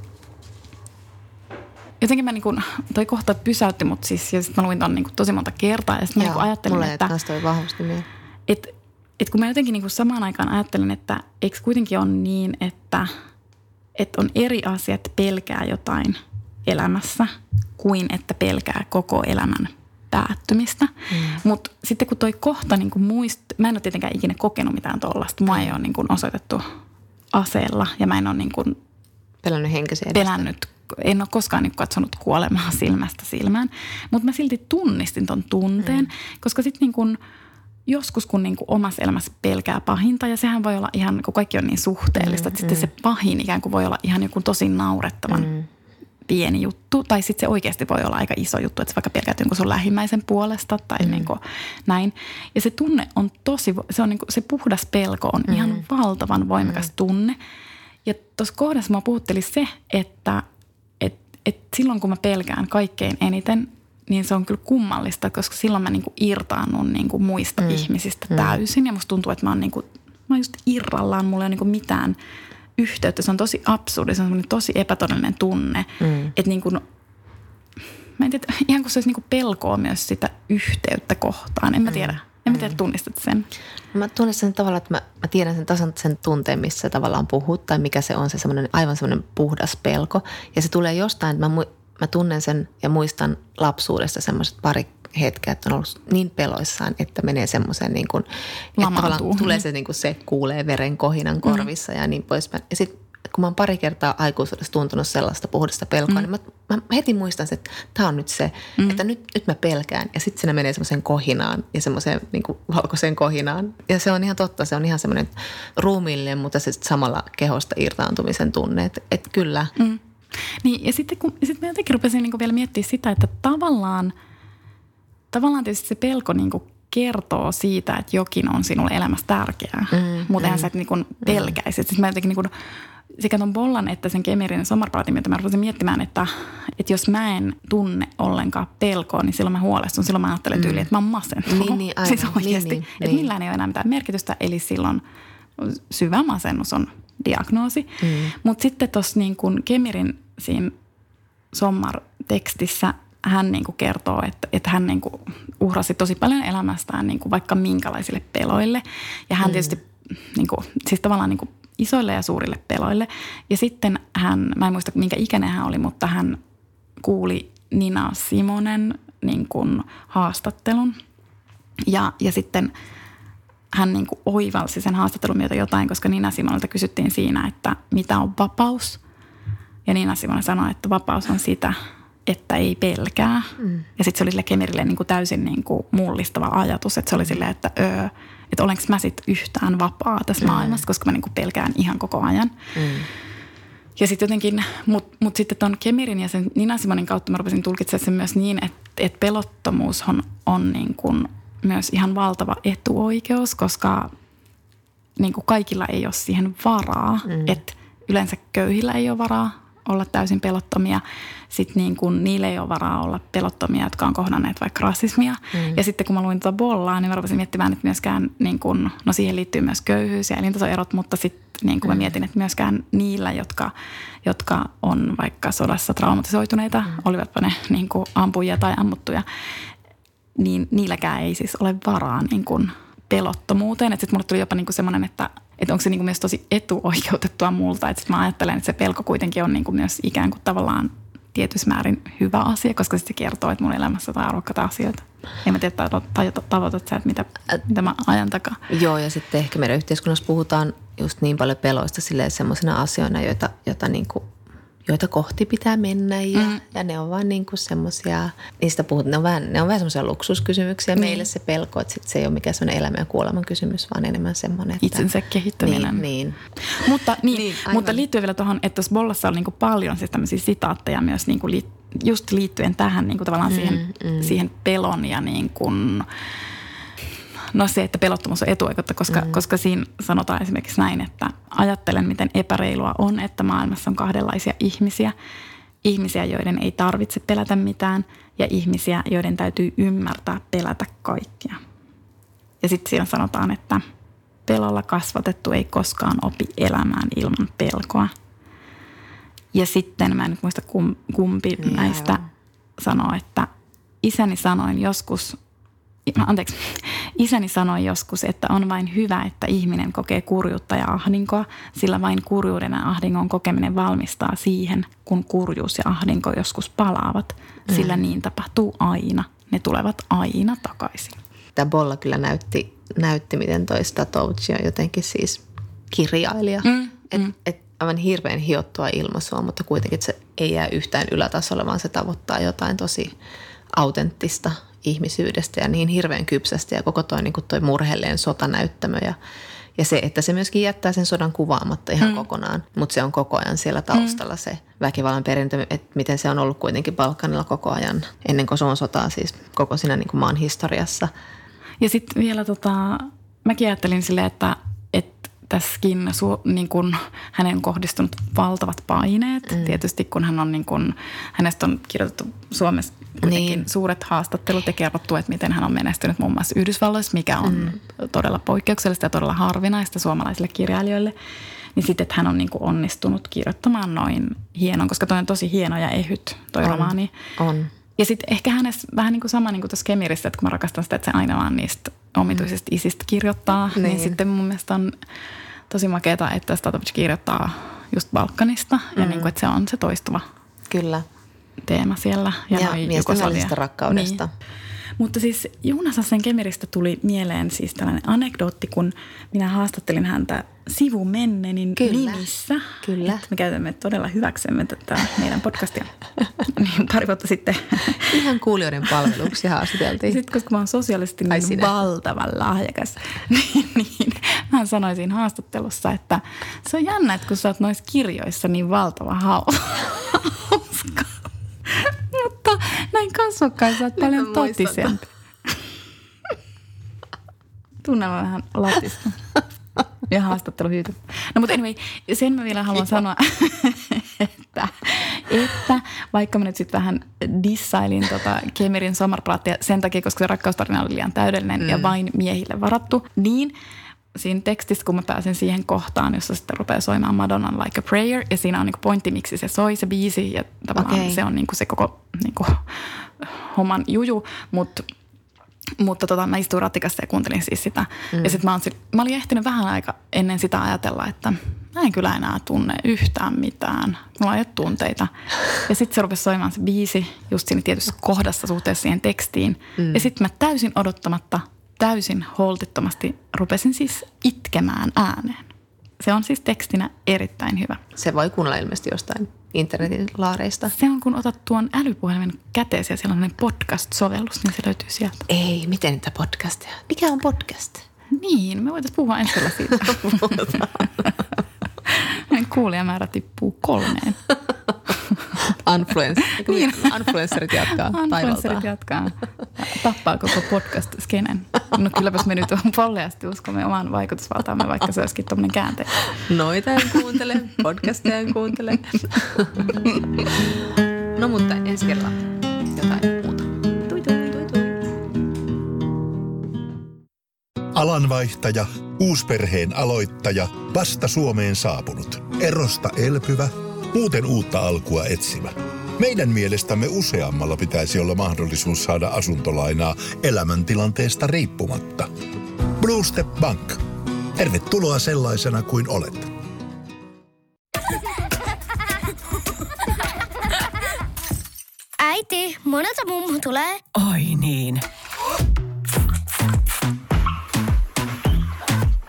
Jotenkin mä niin kuin, toi kohta pysäytti mut siis, ja sitten mä luin ton niin kuin tosi monta kertaa, ja sitten mä niin kuin ajattelin,
mulle
että...
Mulle vahvasti mieleen.
Että et kun mä jotenkin niin kuin samaan aikaan ajattelin, että eikö kuitenkin ole niin, että, että on eri asiat pelkää jotain elämässä, kuin että pelkää koko elämän päättymistä. Mm. Mutta sitten kun toi kohta niin kuin muist... Mä en ole tietenkään ikinä kokenut mitään tollaista. Mua ei ole niin kuin osoitettu aseella ja mä en ole niin kuin
pelännyt henkisiä edestä. Pelännyt.
En ole koskaan niin katsonut kuolemaa silmästä silmään. Mutta mä silti tunnistin ton tunteen, mm. koska sitten niin kuin joskus kun niin kuin omassa elämässä pelkää pahinta ja sehän voi olla ihan, kun kaikki on niin suhteellista, mm. että sitten mm. se pahin ikään kuin voi olla ihan joku tosi naurettavan mm. pieni juttu, tai sitten se oikeasti voi olla aika iso juttu, että sä vaikka pelkäät jonkun sun lähimmäisen puolesta tai mm. niin kuin näin. Ja se tunne on tosi, se on niin kuin, se puhdas pelko on mm. ihan valtavan voimakas mm. tunne. Ja tuossa kohdassa mua puhutteli se, että et, et silloin kun mä pelkään kaikkein eniten, niin se on kyllä kummallista, koska silloin mä niin kuin irtaannun niin kuin muista mm. ihmisistä mm. täysin. Ja musta tuntuu, että mä oon, niin kuin, mä oon just irrallaan, mulla ei ole niin kuin mitään yhteyttä. Se on tosi absurdi, se on tosi epätodellinen tunne. Mm. Että niin kuin, mä en tiedä, ihan kun se olisi niin kuin pelkoa myös sitä yhteyttä kohtaan. En mä tiedä. En mä tiedä, tunnistat sen.
Mä tunnistan sen tavalla, että mä, mä tiedän sen tasan sen tunteen, missä tavallaan puhut. Tai mikä se on, se semmoinen, aivan semmoinen puhdas pelko. Ja se tulee jostain, että mä, mä tunnen sen ja muistan lapsuudesta semmoiset pari hetkeä, että on ollut niin peloissaan, että menee semmoiseen niin kuin, että tavallaan tulee se niin kuin se kuulee veren kohinan korvissa mm. ja niin poispäin. Ja sitten kun mä oon pari kertaa aikuisuudessa tuntunut sellaista puhdasta pelkoa, mm. niin mä, mä heti muistan, että tämä on nyt se, mm. että nyt, nyt mä pelkään. Ja sitten siinä menee semmoiseen kohinaan ja semmoiseen niin kuin valkoiseen kohinaan. Ja se on ihan totta, se on ihan semmoinen ruumiillinen, mutta se samalla kehosta irtaantumisen tunne, että, että kyllä.
Mm. Niin ja sitten kun, sit mä jotenkin rupesin niin kuin vielä miettimään sitä, että tavallaan, tavallaan tietysti se pelko niin kuin kertoo siitä, että jokin on sinulle elämässä tärkeää. Mm, mutta eihän mm, sä et niin kuin pelkäisi. Mm. Sitten mä jotenkin niin kuin sekä ton Bollan että sen Kemirin sommarpaatin, mitä mä rupesin miettimään, että, että jos mä en tunne ollenkaan pelkoa, niin silloin mä huolestun. Silloin mä ajattelen tyyliin, että mä oon masentunut.
Niin, niin, aivan,
siis oikeasti.
Niin,
että niin. Millään ei ole enää mitään merkitystä. Eli silloin syvä masennus on diagnoosi. Mm. Mutta sitten tuossa niin kuin Kemirin siinä sommartekstissä hän niin kuin kertoo, että, että hän niin kuin uhrasi tosi paljon elämästään niin kuin vaikka minkälaisille peloille. Ja hän tietysti mm. niin kuin, siis tavallaan niin kuin isoille ja suurille peloille. Ja sitten hän, mä en muista minkä ikäinen hän oli, mutta hän kuuli Nina Simonen niin kuin haastattelun. Ja, ja sitten hän niin kuin oivalsi sen haastattelun myötä jotain, koska Nina Simonelta kysyttiin siinä, että mitä on vapaus. Ja Nina Simonen sanoi, että vapaus on sitä, että ei pelkää. Mm. Ja sitten se oli sille Kemirille niin kuin täysin niin kuin mullistava ajatus, että se oli silleen, että öö, että olenko mä sit yhtään vapaa tässä mm. maailmassa, koska mä niinku pelkään ihan koko ajan. Mm. Ja sitten jotenkin, mutta mut sitten ton Kemirin ja sen Nina Simonin kautta mä rupesin tulkitsemaan sen myös niin, että et pelottomuus on, on niinku myös ihan valtava etuoikeus, koska niinku kaikilla ei ole siihen varaa. Mm. Että yleensä köyhillä ei ole varaa olla täysin pelottomia. Sitten niin kuin niille ei ole varaa olla pelottomia, jotka on kohdanneet vaikka rasismia. Mm. Ja sitten kun mä luin tuota Bollaa, niin mä rupesin miettimään, että myöskään, niin kuin, no siihen liittyy myös köyhyys ja elintasoerot, mutta sitten niin kuin mä mietin, että myöskään niillä, jotka, jotka on vaikka sodassa traumatisoituneita, mm. olivatpa ne niin kuin ampujia tai ammuttuja, niin niilläkään ei siis ole varaa niin kuin pelottomuuteen. Että sitten mulle tuli jopa niin kuin semmoinen, että Että onko se niinku myös tosi etuoikeutettua multa, että mä ajattelen, että se pelko kuitenkin on niinku myös ikään kuin tavallaan tietyssä määrin hyvä asia, koska se kertoo, että mun elämässä on arvokkaita asioita. En mä tiedä, tavoitat sä, että mitä, mitä mä ajan takaa.
Joo, ja sitten ehkä meidän yhteiskunnassa puhutaan just niin paljon peloista silleen semmoisena asioina, joita, joita niinku joita kohti pitää mennä ja, mm. ja ne on vaan niin kuin semmoisia, niistä puhut, ne on vähän, ne on vähän semmoisia luksuskysymyksiä. Mm. Meille se pelko, että sit se ei ole mikään semmoinen elämän ja kuoleman kysymys, vaan enemmän semmoinen, että
itsensä kehittäminen.
Niin, niin.
Mutta, niin, niin, mutta liittyen vielä tuohon, että tuossa Bollassa oli niin kuin paljon siis tämmöisiä sitaatteja myös niin kuin liittyen, just liittyen tähän niin kuin tavallaan mm, siihen, mm. siihen pelon ja niin kuin, no se, että pelottomuus on etuoikeutta, koska, mm. koska siinä sanotaan esimerkiksi näin, että ajattelen, miten epäreilua on, että maailmassa on kahdenlaisia ihmisiä. Ihmisiä, joiden ei tarvitse pelätä mitään ja ihmisiä, joiden täytyy ymmärtää pelätä kaikkia. Ja sitten siinä sanotaan, että pelolla kasvatettu ei koskaan opi elämään ilman pelkoa. Ja sitten, mä en nyt muista kumpi niin, näistä aivan. sanoo, että isäni sanoin joskus, anteeksi, isäni sanoi joskus, että on vain hyvä, että ihminen kokee kurjuutta ja ahdinkoa, sillä vain kurjuuden ja ahdingon kokeminen valmistaa siihen, kun kurjuus ja ahdinko joskus palaavat, mm. sillä niin tapahtuu aina. Ne tulevat aina takaisin.
Tämä Bolla kyllä näytti, näytti miten toi Statouchi on jotenkin siis kirjailija. Mm, et, mm. Et, aivan hirveän hiottua ilmaisua, mutta kuitenkin se ei jää yhtään ylätasolle, vaan se tavoittaa jotain tosi autenttista ihmisyydestä ja niin hirveän kypsästi ja koko toi, niin kuin toi murheellinen sotanäyttämö ja, ja se, että se myöskin jättää sen sodan kuvaamatta ihan mm. kokonaan, mutta se on koko ajan siellä taustalla mm. se väkivallan perintö, että miten se on ollut kuitenkin Balkanilla koko ajan ennen Kosovon sotaa siis koko siinä niin kuin maan historiassa.
Ja sitten vielä tota, mäkin ajattelin silleen, että tässäkin su, niin kun, hänen on kohdistunut valtavat paineet. Mm. Tietysti kun hän on, niin kun, hänestä on kirjoitettu Suomessa niin. suuret haastattelut ja kerrottu, että miten hän on menestynyt muun muassa Yhdysvalloissa, mikä on mm. todella poikkeuksellista ja todella harvinaista suomalaisille kirjailijoille. Niin sitten, että hän on niin kun onnistunut kirjoittamaan noin hienon, koska toi on tosi hieno ja ehyt toi
on.
romaani.
On.
Ja sitten ehkä hänessä vähän niin kuin sama niin kuin tuossa Kemirissä, että kun mä rakastan sitä, että se aina vaan niistä omituisista mm. isistä kirjoittaa, niin. niin sitten mun mielestä on tosi makeata, että Statouchi kirjoittaa just Balkanista mm. ja niin kuin, että se on se toistuva
Kyllä.
teema siellä.
Ja, ja miesten välisestä rakkaudesta.
Niin. Mutta siis Joona Sassen Kemiristä tuli mieleen siis tällainen anekdootti, kun minä haastattelin häntä Sivumennenin
Kyllä.
nimissä.
Kyllä.
Me käytämme todella hyväksemme tätä meidän podcastia niin pari vuotta sitten.
Ihan kuulijoiden palveluksi haastateltiin.
Sitten koska mä oon sosiaalisesti niin valtavan lahjakas, niin, niin mä sanoin siinä haastattelussa, että se on jännä, että kun sä oot noissa kirjoissa niin valtava hauska. Mutta näin kasvokkain sä oot paljon totisempi. Tunnelma vähän latista. Ja haastattelu hyyty. No mutta anyway, sen mä vielä haluan sanoa, että, että vaikka mä nyt sitten vähän dissailin tota Kemirin Sommarplattia sen takia, koska se rakkaustarina oli liian täydellinen mm. ja vain miehille varattu, niin siinä tekstissä, kun mä pääsen siihen kohtaan, jossa sitten rupeaa soimaan Madonnan Like a Prayer, ja siinä on niinku pointti, miksi se soi se biisi, ja tavallaan okay. se on niinku se koko niinku homman juju, mutta Mutta tota, mä istuin ratikassa ja kuuntelin siis sitä. Mm. Ja sit mä, on, mä olin ehtinyt vähän aika ennen sitä ajatella, että mä en kyllä enää tunne yhtään mitään. Mulla ei ole tunteita. Ja sitten se rupesi soimaan se biisi just siinä tietyssä kohdassa suhteessa siihen tekstiin. Mm. Ja sitten mä täysin odottamatta, täysin holtittomasti rupesin siis itkemään ääneen. Se on siis tekstinä erittäin hyvä.
Se voi kuunnella ilmeisesti jostain internetin laareista.
Se on, kun otat tuon älypuhelimen käteesi ja siellä on podcast-sovellus, niin se löytyy sieltä.
Ei, miten niitä podcasteja? Mikä on podcast?
Niin, me voitaisiin puhua ensi kerralla siitä. Meidän kuulijamäärä tippuu kolmeen.
Influencer. Niin. Influencerit jatkaa.
Influencerit jatkaa. Tappaa koko podcast-skenen. No kylläpäs me nyt polleasti uskomme oman vaikutusvaltaamme, vaikka se olisikin tuommoinen käänteinen.
Noita en kuuntele, podcastia en kuuntele. No mutta ensi kerralla jotain muuta. Tui, tui, tui, tui.
Alanvaihtaja, uusperheen aloittaja, vasta Suomeen saapunut, erosta elpyvä, muuten uutta alkua etsimä. Meidän mielestämme useammalla pitäisi olla mahdollisuus saada asuntolainaa elämäntilanteesta riippumatta. Blue Step Bank. Tervetuloa sellaisena kuin olet.
Äiti, monelta mummu tulee?
Oi niin.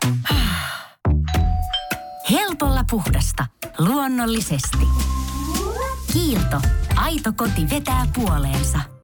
Helpolla puhdasta. Luonnollisesti. Kiilto. Aito koti vetää puoleensa.